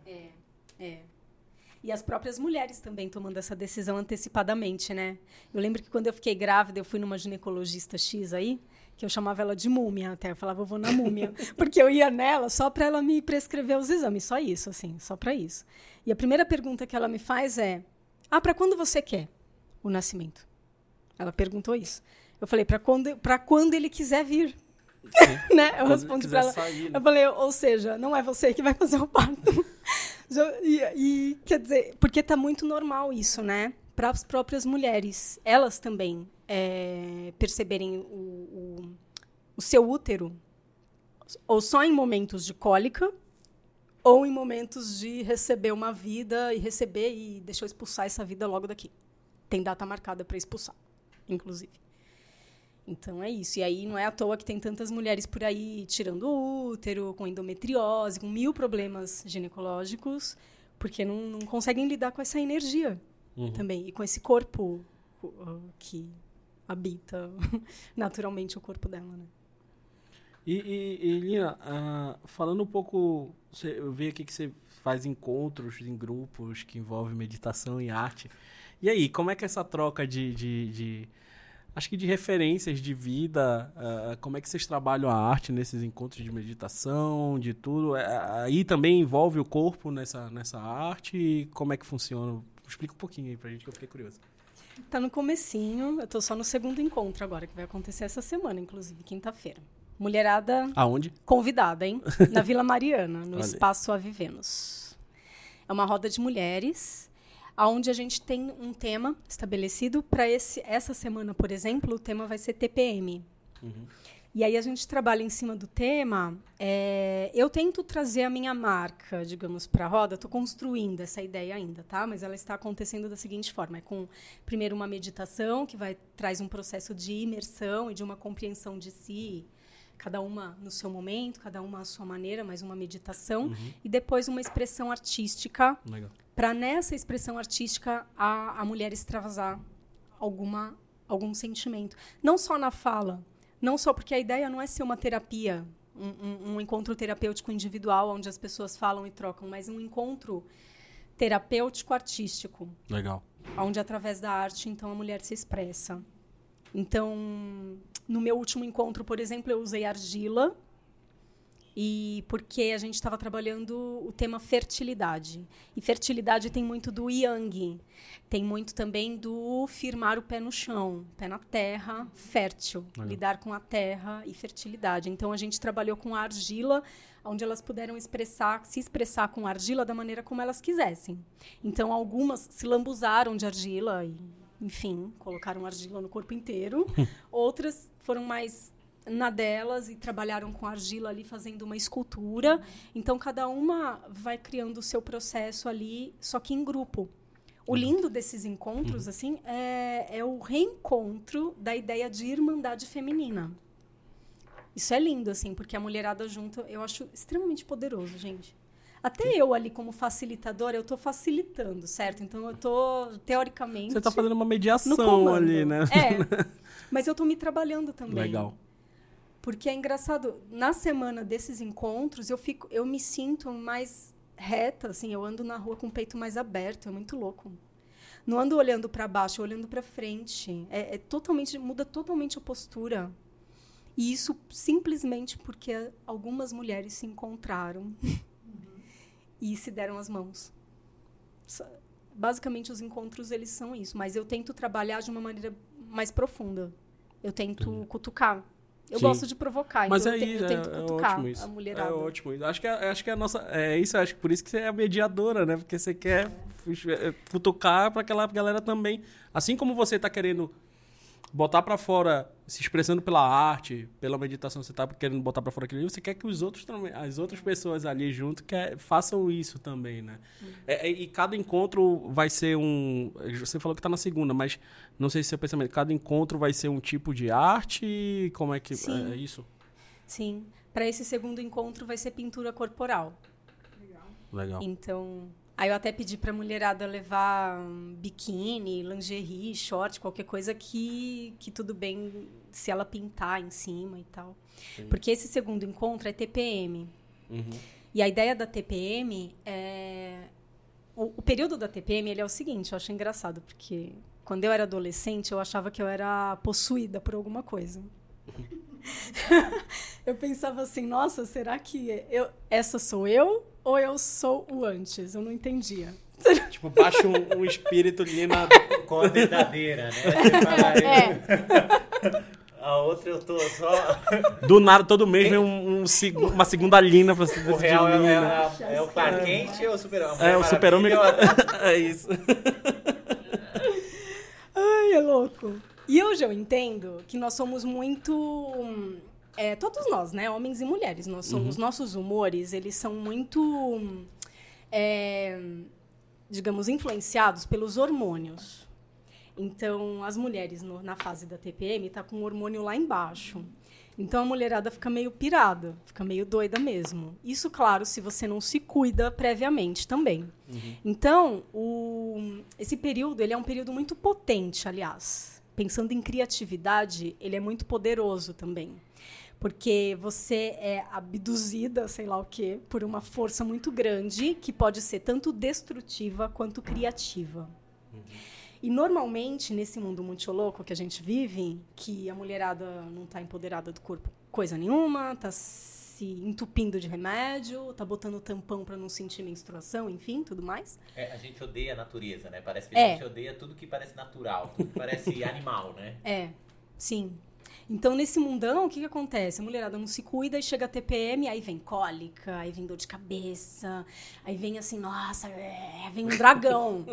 E as próprias mulheres também tomando essa decisão antecipadamente, né? Eu lembro que quando eu fiquei grávida, eu fui numa ginecologista X aí, que eu chamava ela de múmia até. Eu falava, eu vou na múmia. Porque eu ia nela só para ela me prescrever os exames. Só isso, assim, só para isso. E a primeira pergunta que ela me faz é, para quando você quer o nascimento? Ela perguntou isso. Eu falei, para quando ele quiser vir. Né? Eu respondi para ela. Sair, né? Eu falei, ou seja, não é você que vai fazer o parto. E quer dizer, porque está muito normal isso, né? Para as próprias mulheres. Elas também perceberem o seu útero ou só em momentos de cólica ou em momentos de receber uma vida e deixa eu expulsar essa vida logo daqui. Tem data marcada para expulsar, inclusive. Então é isso. E aí não é à toa que tem tantas mulheres por aí tirando o útero, com endometriose, com 1000 problemas ginecológicos, porque não conseguem lidar com essa energia também. E com esse corpo que habita naturalmente o corpo dela, né? E Lina, falando um pouco, eu vi aqui que você faz encontros em grupos que envolvem meditação e arte. E aí, como é que essa troca acho que de referências de vida, como é que vocês trabalham a arte nesses encontros de meditação, de tudo? Aí também envolve o corpo nessa arte? E como é que funciona? Explica um pouquinho aí pra gente, que eu fiquei curioso. Tá no comecinho, eu tô só no segundo encontro agora, que vai acontecer essa semana, inclusive, quinta-feira. Mulherada... Aonde? Convidada, hein? Na Vila Mariana, no Espaço Ave Vênus. É uma roda de mulheres, onde a gente tem um tema estabelecido para essa semana, por exemplo, o tema vai ser TPM. E aí a gente trabalha em cima do tema. Eu tento trazer a minha marca, digamos, para a roda. Estou construindo essa ideia ainda, tá? Mas ela está acontecendo da seguinte forma: com primeiro uma meditação que traz um processo de imersão e de uma compreensão de si, cada uma no seu momento, cada uma à sua maneira, mas uma meditação, e depois uma expressão artística. Legal. Para nessa expressão artística a mulher extravasar algum sentimento, não só na fala. Não só porque a ideia não é ser uma terapia, um encontro terapêutico individual, onde as pessoas falam e trocam, mas um encontro terapêutico-artístico. Legal. Onde, através da arte, então, a mulher se expressa. Então, no meu último encontro, por exemplo, eu usei argila, porque a gente estava trabalhando o tema fertilidade. E fertilidade tem muito do yang, tem muito também do firmar o pé no chão, pé na terra, fértil, lidar com a terra e fertilidade. Então, a gente trabalhou com a argila, onde elas puderam se expressar com a argila da maneira como elas quisessem. Então, algumas se lambuzaram de argila e, enfim, colocaram argila no corpo inteiro. Outras foram mais na delas e trabalharam com argila ali, fazendo uma escultura. Então, cada uma vai criando o seu processo ali, só que em grupo. O lindo desses encontros, assim, é o reencontro da ideia de irmandade feminina. Isso é lindo, assim, porque a mulherada junto, eu acho extremamente poderoso, gente. Até eu ali, como facilitadora, eu estou facilitando, certo? Então, eu estou, teoricamente... Você está fazendo uma mediação ali, né? Mas eu estou me trabalhando também. Legal. Porque é engraçado, na semana desses encontros, eu me sinto mais reta, assim, eu ando na rua com o peito mais aberto, é muito louco. Não ando olhando para baixo, olhando para frente. Muda totalmente a postura. E isso simplesmente porque algumas mulheres se encontraram e se deram as mãos. Basicamente, os encontros, eles são isso. Mas eu tento trabalhar de uma maneira mais profunda. Eu tento cutucar. Eu gosto de provocar, mas então eu tento cutucar a mulherada. É ótimo isso. Acho que a nossa... acho que por isso que você é a mediadora, né? Porque você quer cutucar para aquela galera também. Assim como você está querendo botar para fora, se expressando pela arte, pela meditação, você está querendo botar para fora aquilo, você quer que os outros também, as outras pessoas ali junto façam isso também, né? E cada encontro vai ser você falou que está na segunda, mas não sei se é seu pensamento, cada encontro vai ser um tipo de arte, como é que é isso? Sim, para esse segundo encontro vai ser pintura corporal. Legal. Então, aí eu até pedi para a mulherada levar biquíni, lingerie, short, qualquer coisa que tudo bem se ela pintar em cima e tal. Sim. Porque esse segundo encontro é TPM. E a ideia da TPM é... O período da TPM, ele é o seguinte, eu acho engraçado, porque quando eu era adolescente, eu achava que eu era possuída por alguma coisa. Eu pensava assim, nossa, será que essa sou eu? Ou eu sou o antes? Eu não entendia. Tipo, baixa um espírito ali com a verdadeira, né? Você fala a outra eu tô só... Do nada, todo mês vem uma segunda Lina pra ser o real é o Clark Kent ou o Super-Homem? É o Super-Homem. É isso. Ai, é louco. E hoje eu entendo que nós somos muito... todos nós, né? Homens e mulheres. Os nossos humores, eles são muito, digamos, influenciados pelos hormônios. Então, as mulheres na fase da TPM tá com o hormônio lá embaixo. Então, a mulherada fica meio pirada, fica meio doida mesmo. Isso, claro, se você não se cuida previamente também. Então, esse período, ele é um período muito potente, aliás. Pensando em criatividade, ele é muito poderoso também. Porque você é abduzida, sei lá o quê, por uma força muito grande que pode ser tanto destrutiva quanto criativa. E, normalmente, nesse mundo muito louco que a gente vive, que a mulherada não está empoderada do corpo coisa nenhuma, está se entupindo de remédio, está botando tampão para não sentir menstruação, enfim, tudo mais. A gente odeia a natureza, né? Parece que a gente odeia tudo que parece natural, tudo que parece animal, né? Sim. Então, nesse mundão, o que acontece? A mulherada não se cuida e chega a TPM, aí vem cólica, aí vem dor de cabeça, aí vem assim, nossa, vem um dragão.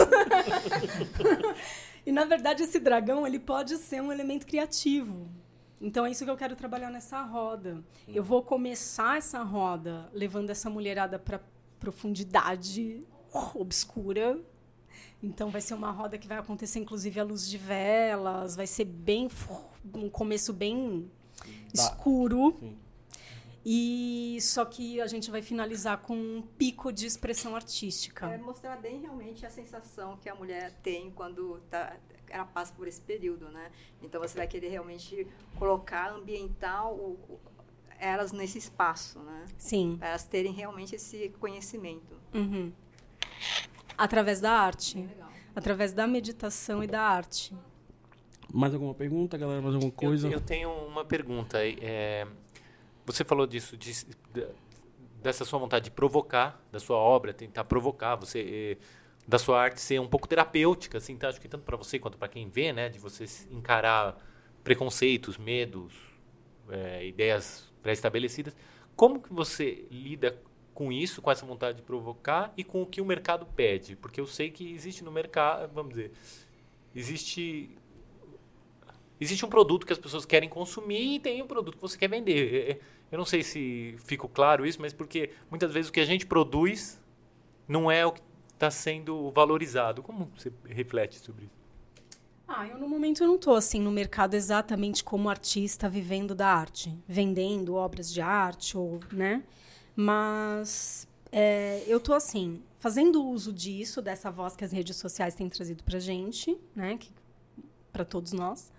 E, na verdade, esse dragão, ele pode ser um elemento criativo. Então, é isso que eu quero trabalhar nessa roda. Eu vou começar essa roda levando essa mulherada para profundidade obscura. Então, vai ser uma roda que vai acontecer, inclusive, à luz de velas. Vai ser um começo bem escuro. Sim. E só que a gente vai finalizar com um pico de expressão artística. Mostrar bem realmente a sensação que a mulher tem quando ela passa por esse período, né? Então, você vai querer realmente ambientar elas nesse espaço, né? Sim. Para elas terem realmente esse conhecimento. Através da arte. Através da meditação e da arte. Mais alguma pergunta, galera? Mais alguma coisa? Eu tenho uma pergunta. Você falou disso, dessa sua vontade de provocar, da sua obra, tentar provocar, da sua arte ser um pouco terapêutica, assim, tá? Acho que tanto para você quanto para quem vê, né? De você encarar preconceitos, medos, ideias pré-estabelecidas. Como que você lida com isso, com essa vontade de provocar e com o que o mercado pede? Porque eu sei que existe no mercado, vamos dizer, existe um produto que as pessoas querem consumir e tem um produto que você quer vender. Eu não sei se ficou claro isso, mas porque muitas vezes o que a gente produz não é o que está sendo valorizado. Como você reflete sobre isso? Eu no momento não estou assim no mercado exatamente como artista vivendo da arte, vendendo obras de arte, né? Mas eu estou assim, fazendo uso disso, dessa voz que as redes sociais têm trazido para a gente, né? Para todos nós.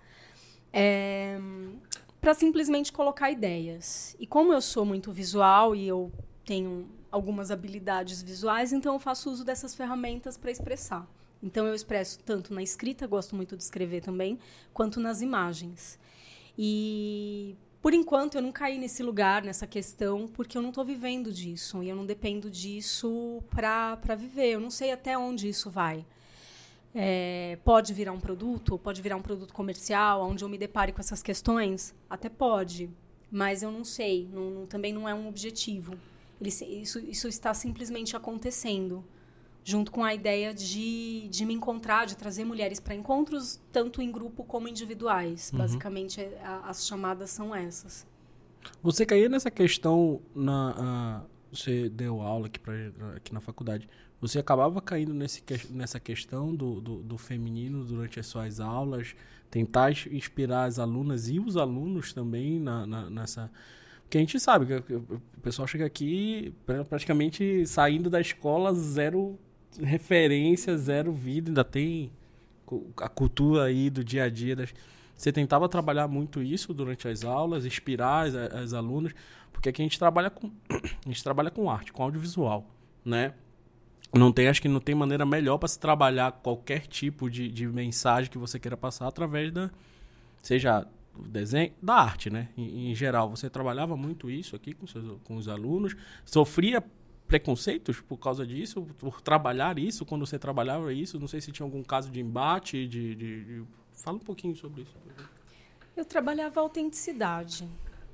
Para simplesmente colocar ideias. E como eu sou muito visual e eu tenho algumas habilidades visuais, então eu faço uso dessas ferramentas para expressar. Então eu expresso tanto na escrita, gosto muito de escrever também, quanto nas imagens. E, por enquanto, eu não caí nesse lugar, nessa questão, porque eu não estou vivendo disso. E eu não dependo disso para viver. Eu não sei até onde isso vai. Pode virar um produto comercial, onde eu me depare com essas questões? Até pode, mas eu não sei, também não é um objetivo. Isso está simplesmente acontecendo, junto com a ideia de me encontrar, de trazer mulheres para encontros, tanto em grupo como individuais. Basicamente, as chamadas são essas. Você caiu nessa questão, você deu aula aqui na faculdade, você acabava caindo nessa questão do feminino durante as suas aulas, tentar inspirar as alunas e os alunos também nessa... Porque a gente sabe que o pessoal chega aqui praticamente saindo da escola, zero referência, zero vida, ainda tem a cultura aí do dia a dia. Você tentava trabalhar muito isso durante as aulas, inspirar as alunas, porque aqui a gente trabalha com arte, com audiovisual, né? Acho que não tem maneira melhor para se trabalhar qualquer tipo de mensagem que você queira passar através seja o desenho, da arte, né? Em geral, você trabalhava muito isso aqui com os alunos, sofria preconceitos por causa disso, por trabalhar isso, quando você trabalhava isso, não sei se tinha algum caso de embate, Fala um pouquinho sobre isso. Eu trabalhava a autenticidade.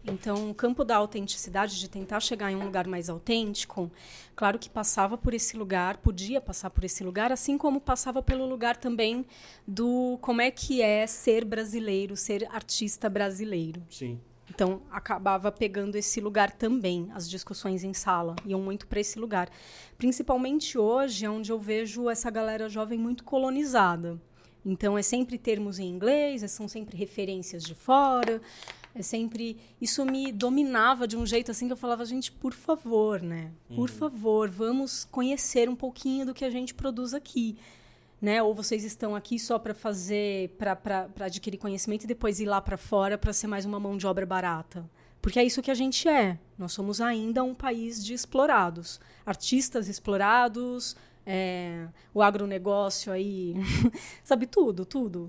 Então, o campo da autenticidade, de tentar chegar em um lugar mais autêntico, claro que passava por esse lugar, podia passar por esse lugar, assim como passava pelo lugar também do como é que é ser brasileiro, ser artista brasileiro. Sim. Então, acabava pegando esse lugar também. As discussões em sala iam muito para esse lugar. Principalmente hoje, onde eu vejo essa galera jovem muito colonizada. Então, é sempre termos em inglês, são sempre referências de fora, é sempre... Isso me dominava de um jeito assim que eu falava, gente, por favor, né? Por favor, vamos conhecer um pouquinho do que a gente produz aqui. Né? Ou vocês estão aqui só para fazer, para adquirir conhecimento e depois ir lá para fora para ser mais uma mão de obra barata. Porque é isso que a gente é. Nós somos ainda um país de explorados. Artistas explorados, o agronegócio aí, sabe, tudo.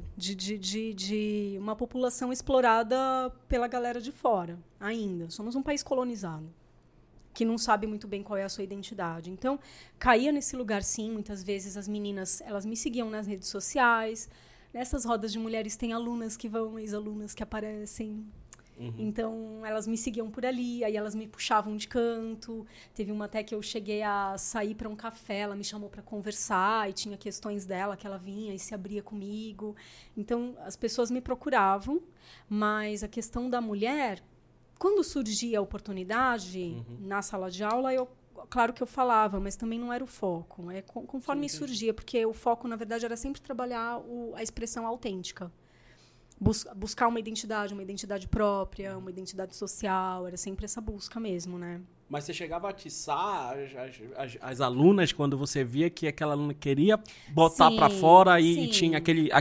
De uma população explorada pela galera de fora, ainda. Somos um país colonizado, que não sabe muito bem qual é a sua identidade. Então, caía nesse lugar, sim. Muitas vezes as meninas, elas me seguiam nas redes sociais. Nessas rodas de mulheres tem alunas que vão, ex-alunas que aparecem. Então, elas me seguiam por ali, aí elas me puxavam de canto. Teve uma até que eu cheguei a sair para um café, ela me chamou para conversar e tinha questões dela que ela vinha e se abria comigo. Então, as pessoas me procuravam, mas a questão da mulher, quando surgia a oportunidade na sala de aula, claro que eu falava, mas também não era o foco. Conforme surgia, porque o foco, na verdade, era sempre trabalhar a expressão autêntica. Buscar uma identidade própria, uma identidade social, era sempre essa busca mesmo, né? Mas você chegava a atiçar as alunas quando você via que aquela aluna queria botar para fora e tinha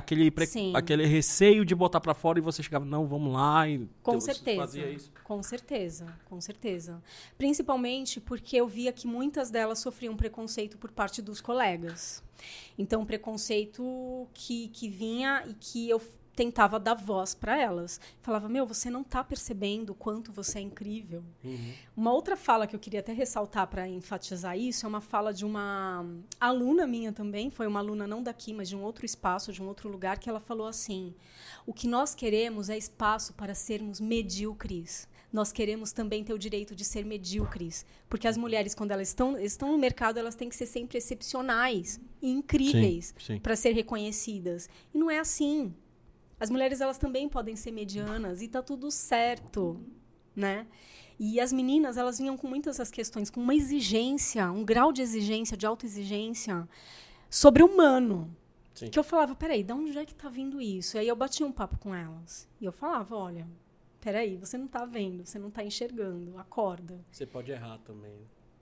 aquele receio de botar para fora e você chegava, não, vamos lá. E com certeza, fazia isso. com certeza. Principalmente porque eu via que muitas delas sofriam preconceito por parte dos colegas. Então, preconceito que vinha e que eu tentava dar voz para elas. Falava, você não está percebendo o quanto você é incrível. Uma outra fala que eu queria até ressaltar para enfatizar isso é uma fala de uma aluna minha também, foi uma aluna não daqui, mas de um outro espaço, de um outro lugar, que ela falou assim, o que nós queremos é espaço para sermos medíocres. Nós queremos também ter o direito de ser medíocres. Porque as mulheres, quando elas estão no mercado, elas têm que ser sempre excepcionais e incríveis para ser reconhecidas. E não é assim. As mulheres, elas também podem ser medianas e tá tudo certo, né? E as meninas, elas vinham com muitas essas questões, com uma exigência, um grau de exigência, de autoexigência sobre-humano. Que eu falava, peraí, de onde é que tá vindo isso? E aí eu batia um papo com elas. E eu falava, olha, peraí, você não tá vendo, você não tá enxergando, acorda. Você pode errar também.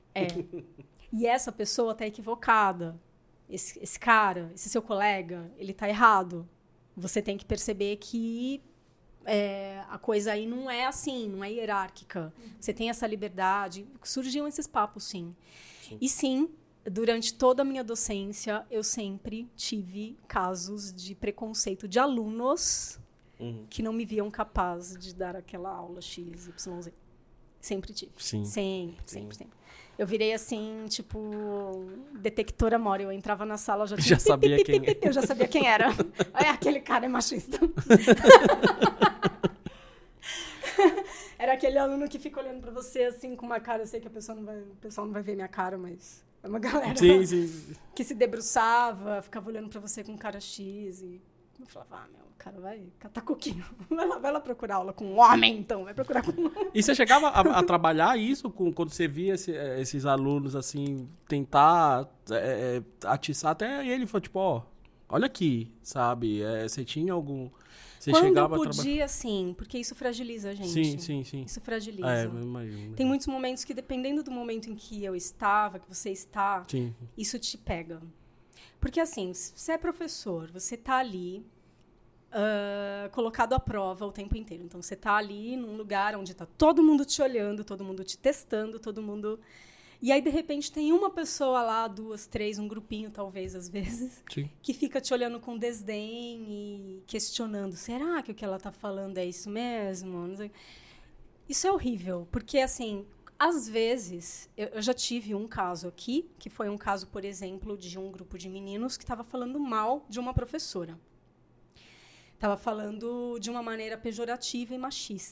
E essa pessoa tá equivocada. Esse cara, esse seu colega, ele tá errado. Você tem que perceber que a coisa aí não é assim, não é hierárquica. Você tem essa liberdade. Surgiam esses papos, sim. E sim, durante toda a minha docência, eu sempre tive casos de preconceito de alunos que não me viam capaz de dar aquela aula X, Y, Z. Sempre tive. Sim. Sempre. Eu virei assim, tipo, detectora Mori. Eu entrava na sala, já sabia quem era. Eu já sabia quem era. Aquele cara é machista. Era aquele aluno que fica olhando pra você assim com uma cara. Eu sei que o pessoal não vai ver minha cara, mas é uma galera que se debruçava, ficava olhando pra você com cara X. E eu falava, o cara vai catar coquinho. Vai lá procurar aula com um homem, então. Vai procurar com um homem. E você chegava a trabalhar isso quando você via esses alunos, assim, tentar atiçar até ele? Falou, tipo, olha aqui, sabe? Você tinha algum... Você quando chegava podia, sim, porque isso fragiliza a gente. Sim. Isso fragiliza. Eu imagino. Tem muitos momentos que, dependendo do momento em que eu estava, que você está, isso te pega. Porque, assim, você é professor, você está ali colocado à prova o tempo inteiro. Então, você está ali num lugar onde está todo mundo te olhando, todo mundo te testando, todo mundo... E aí, de repente, tem uma pessoa lá, 2, 3, um grupinho, talvez, às vezes, que fica te olhando com desdém e questionando. Será que o que ela está falando é isso mesmo? Não sei. Isso é horrível, porque, assim, às vezes, eu já tive um caso aqui, que foi um caso, por exemplo, de um grupo de meninos que estava falando mal de uma professora. Estava falando de uma maneira pejorativa e machista.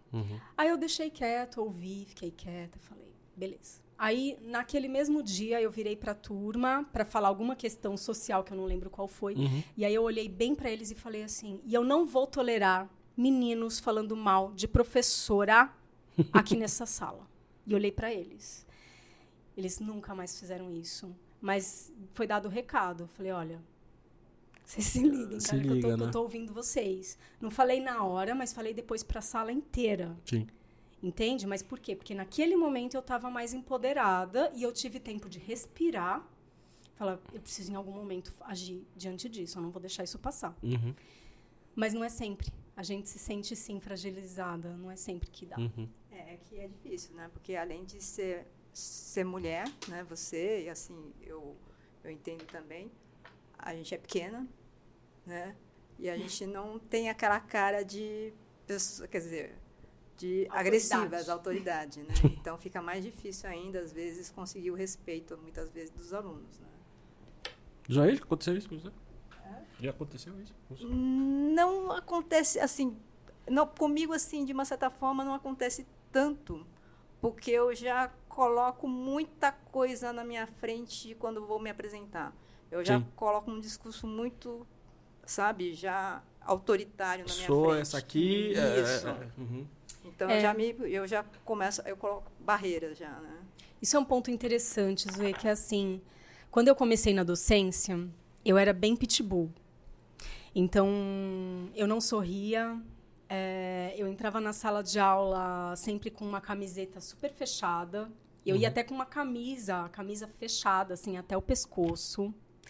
Aí eu deixei quieto, ouvi, fiquei quieta, falei, beleza. Aí, naquele mesmo dia, eu virei para a turma para falar alguma questão social, que eu não lembro qual foi. E aí eu olhei bem para eles e falei assim, e eu não vou tolerar meninos falando mal de professora aqui nessa sala. E olhei para eles. Eles nunca mais fizeram isso. Mas foi dado o recado. Falei, olha, vocês se liguem, cara, que eu tô ouvindo vocês. Não falei na hora, mas falei depois para a sala inteira. Sim. Entende? Mas por quê? Porque naquele momento eu estava mais empoderada e eu tive tempo de respirar. Falar, eu preciso em algum momento agir diante disso, eu não vou deixar isso passar. Mas não é sempre. A gente se sente, sim, fragilizada. Não é sempre que dá. É que é difícil, né? Porque além de ser mulher, né? Você, e assim, eu entendo também, a gente é pequena, né? E a gente não tem aquela cara de pessoa, quer dizer, de agressivas, autoridade, né? Então fica mais difícil ainda, às vezes, conseguir o respeito, muitas vezes, dos alunos, né? Já aconteceu isso com você? Já aconteceu isso? Não acontece, assim, não, comigo, assim, de uma certa forma, não acontece tanto, porque eu já coloco muita coisa na minha frente quando vou me apresentar. Eu já coloco um discurso muito, sabe, já autoritário na minha frente. Sou essa aqui. Isso. Então, eu já começo, eu coloco barreiras já, né? Isso é um ponto interessante, Zoe, que é assim, quando eu comecei na docência, eu era bem pitbull. Então, eu não sorria, eu entrava na sala de aula sempre com uma camiseta super fechada. Eu ia até com uma camisa fechada, assim, até o pescoço.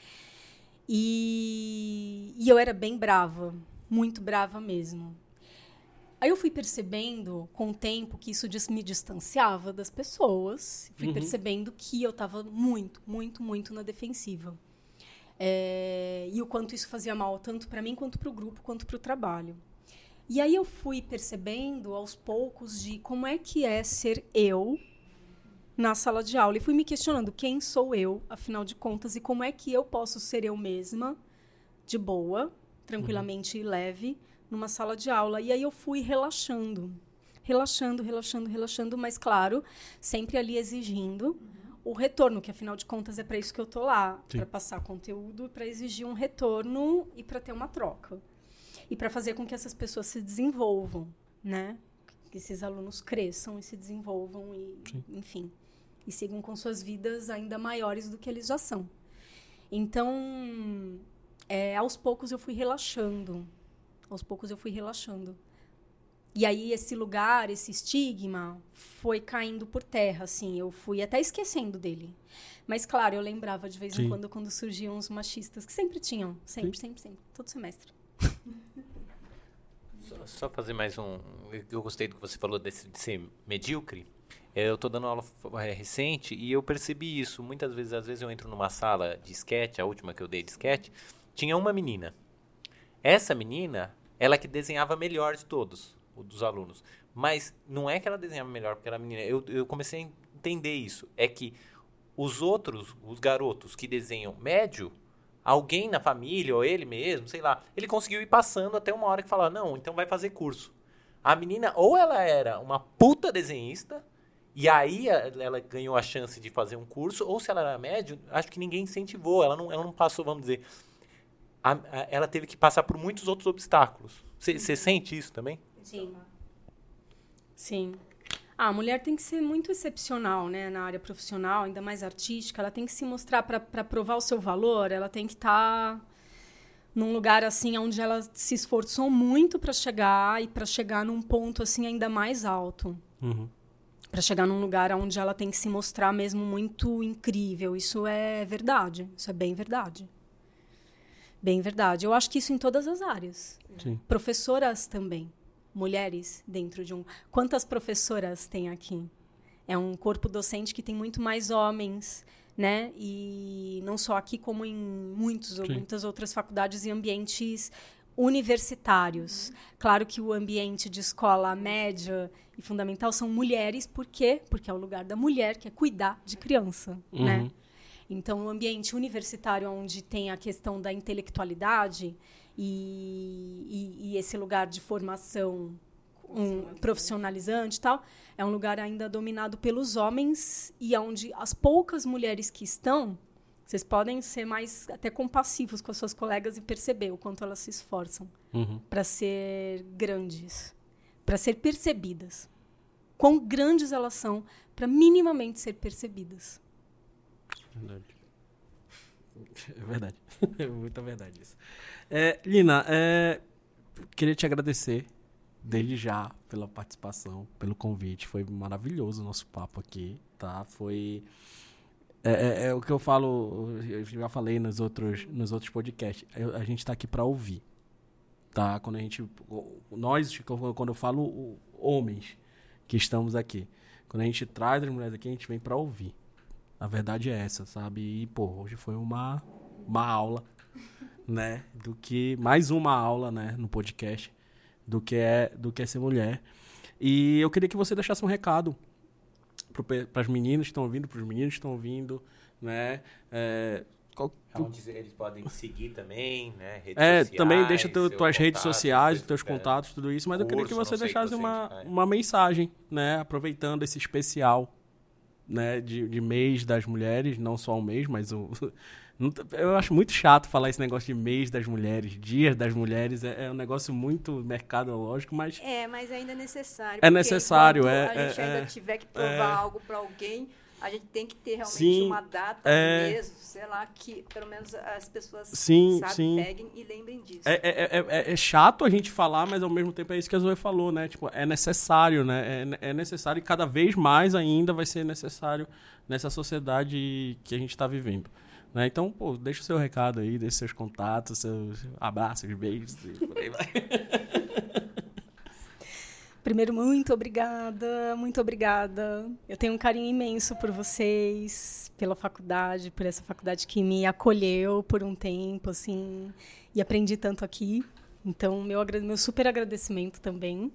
E eu era bem brava, muito brava mesmo. Aí eu fui percebendo, com o tempo, que isso me distanciava das pessoas. Fui percebendo que eu estava muito, muito, muito na defensiva. E o quanto isso fazia mal, tanto para mim, quanto para o grupo, quanto para o trabalho. E aí eu fui percebendo, aos poucos, de como é que é ser eu na sala de aula. E fui me questionando quem sou eu, afinal de contas, e como é que eu posso ser eu mesma, de boa, tranquilamente e leve, numa sala de aula. E aí eu fui relaxando, mas, claro, sempre ali exigindo o retorno, que, afinal de contas, é para isso que eu estou lá, para passar conteúdo, para exigir um retorno e para ter uma troca. E para fazer com que essas pessoas se desenvolvam, né? Que esses alunos cresçam e se desenvolvam e, enfim, e sigam com suas vidas ainda maiores do que eles já são. Então, aos poucos eu fui relaxando. E aí esse lugar, esse estigma, foi caindo por terra, assim. Eu fui até esquecendo dele. Mas, claro, eu lembrava de vez em quando surgiam os machistas, que sempre tinham. Sempre. Todo semestre. Só fazer mais um... Eu gostei do que você falou de ser medíocre. Eu estou dando aula recente e eu percebi isso. Muitas vezes, às vezes eu entro numa sala de esquete, a última que eu dei de esquete, tinha uma menina. Essa menina, ela que desenhava melhor de todos, dos alunos. Mas não é que ela desenhava melhor porque era menina. Eu comecei a entender isso. É que os outros, os garotos que desenham médio, alguém na família ou ele mesmo, sei lá, ele conseguiu ir passando até uma hora que falava, não, então vai fazer curso. A menina, ou ela era uma puta desenhista, e aí ela ganhou a chance de fazer um curso, ou se ela era médio, acho que ninguém incentivou, ela não passou, vamos dizer... ela teve que passar por muitos outros obstáculos. Você sente isso também? Sim. A mulher tem que ser muito excepcional, né, na área profissional, ainda mais artística. Ela tem que se mostrar para provar o seu valor. Ela tem que estar num lugar assim onde ela se esforçou muito para chegar e para chegar num ponto assim ainda mais alto. Para chegar num lugar onde ela tem que se mostrar mesmo muito incrível. Isso é verdade. Isso é bem verdade. Bem verdade. Eu acho que isso em todas as áreas. Sim. Professoras também. Mulheres dentro de um... Quantas professoras tem aqui? É um corpo docente que tem muito mais homens, né? E não só aqui, como em muitas outras faculdades e ambientes universitários. Claro que o ambiente de escola média e fundamental são mulheres. Por quê? Porque é o lugar da mulher, que é cuidar de criança, né? Então, o ambiente universitário, onde tem a questão da intelectualidade e esse lugar de formação profissionalizante e tal, é um lugar ainda dominado pelos homens e onde as poucas mulheres que estão, vocês podem ser mais até compassivos com as suas colegas e perceber o quanto elas se esforçam para ser grandes, para ser percebidas. Quão grandes elas são para minimamente ser percebidas. Verdade. É verdade. É muita verdade isso. Lina, queria te agradecer desde já pela participação, pelo convite. Foi maravilhoso o nosso papo aqui, tá? Foi... É o que eu falo, eu já falei nos outros podcasts. A gente está aqui para ouvir, tá? Quando eu falo homens que estamos aqui, quando a gente traz as mulheres aqui, a gente vem para ouvir. A verdade é essa, sabe? E, hoje foi uma aula, né? Mais uma aula, né? No podcast, do que é ser mulher. E eu queria que você deixasse um recado para as meninas que estão ouvindo, para os meninos que estão ouvindo, né? Onde eles podem seguir também, né? Redes sociais, também deixa tuas redes sociais, teus contatos, tudo isso. Mas eu queria que você deixasse uma mensagem, né? Aproveitando esse especial, né? De mês das mulheres, não só um mês, mas eu acho muito chato falar esse negócio de mês das mulheres, dias das mulheres. É um negócio muito mercadológico, mas... mas ainda é necessário. É necessário, a gente ainda tiver que provar algo para alguém, a gente tem que ter realmente uma data mesmo, sei lá, que pelo menos as pessoas peguem e lembrem disso. É chato a gente falar, mas ao mesmo tempo é isso que a Zoe falou, né? Tipo, é necessário, né? É necessário e cada vez mais ainda vai ser necessário nessa sociedade que a gente está vivendo. Né? Então, deixa o seu recado aí, deixa seus contatos, seus abraços, beijos e por aí vai. Primeiro, muito obrigada, muito obrigada. Eu tenho um carinho imenso por vocês, pela faculdade, por essa faculdade que me acolheu por um tempo, assim, e aprendi tanto aqui. Então, meu super agradecimento também.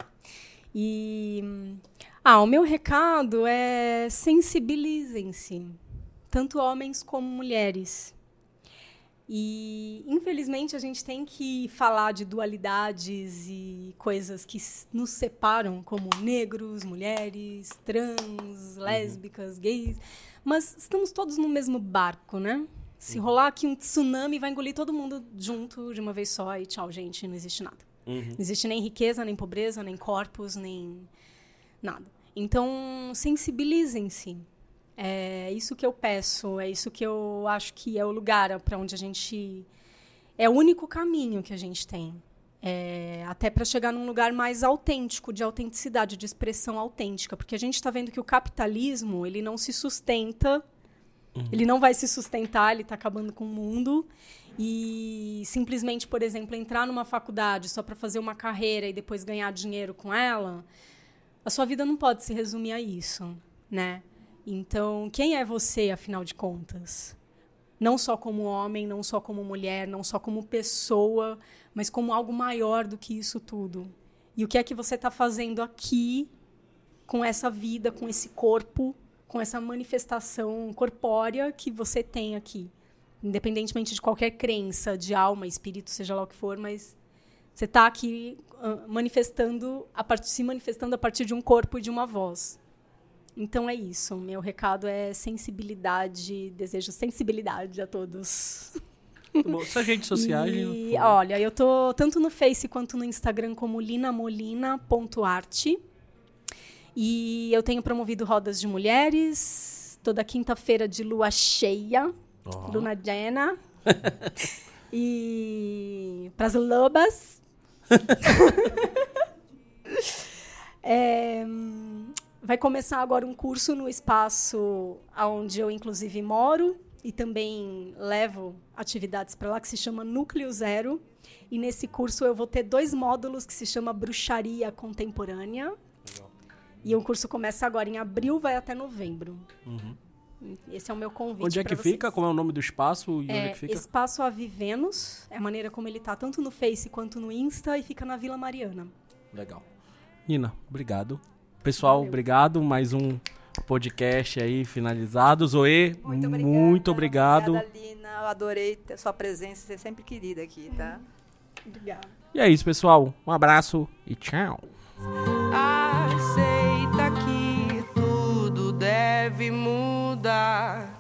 E o meu recado é sensibilizem-se, tanto homens como mulheres. E, infelizmente, a gente tem que falar de dualidades e coisas que nos separam, como negros, mulheres, trans, lésbicas, gays. Mas estamos todos no mesmo barco, né? Se rolar aqui um tsunami, vai engolir todo mundo junto de uma vez só e tchau, gente, não existe nada. Não existe nem riqueza, nem pobreza, nem corpos, nem nada. Então, sensibilizem-se. É isso que eu peço, é isso que eu acho que é o lugar para onde a gente... É o único caminho que a gente tem. Até para chegar num lugar mais autêntico, de autenticidade, de expressão autêntica. Porque a gente está vendo que o capitalismo, ele não se sustenta, ele não vai se sustentar, ele está acabando com o mundo. E simplesmente, por exemplo, entrar numa faculdade só para fazer uma carreira e depois ganhar dinheiro com ela, a sua vida não pode se resumir a isso, né? Então, quem é você, afinal de contas? Não só como homem, não só como mulher, não só como pessoa, mas como algo maior do que isso tudo. E o que é que você está fazendo aqui com essa vida, com esse corpo, com essa manifestação corpórea que você tem aqui? Independentemente de qualquer crença, de alma, espírito, seja lá o que for, mas você está aqui se manifestando a partir de um corpo e de uma voz. Então é isso. Meu recado é sensibilidade, desejo sensibilidade a todos. Muito bom. Suas redes sociais. E, olha, eu tô tanto no Face quanto no Instagram como linamolina.art. E eu tenho promovido rodas de mulheres toda quinta-feira de lua cheia, luna llena. E pras lobas. Vai começar agora um curso no espaço onde eu, inclusive, moro e também levo atividades para lá, que se chama Núcleo Zero. E nesse curso eu vou ter 2 módulos que se chama Bruxaria Contemporânea. Legal. E o curso começa agora em abril, vai até novembro. Esse é o meu convite. Onde é que fica? Como é o nome do espaço? E onde é que fica? Espaço Avivenos, é a maneira como ele está, tanto no Face quanto no Insta, e fica na Vila Mariana. Legal. Nina, obrigado. Pessoal, valeu. Obrigado. Mais um podcast aí finalizado. Zoe, muito obrigado. Obrigada, Lina. Eu adorei ter sua presença. Você é sempre querida aqui, tá? Obrigada. E é isso, pessoal. Um abraço e tchau. deve mudar.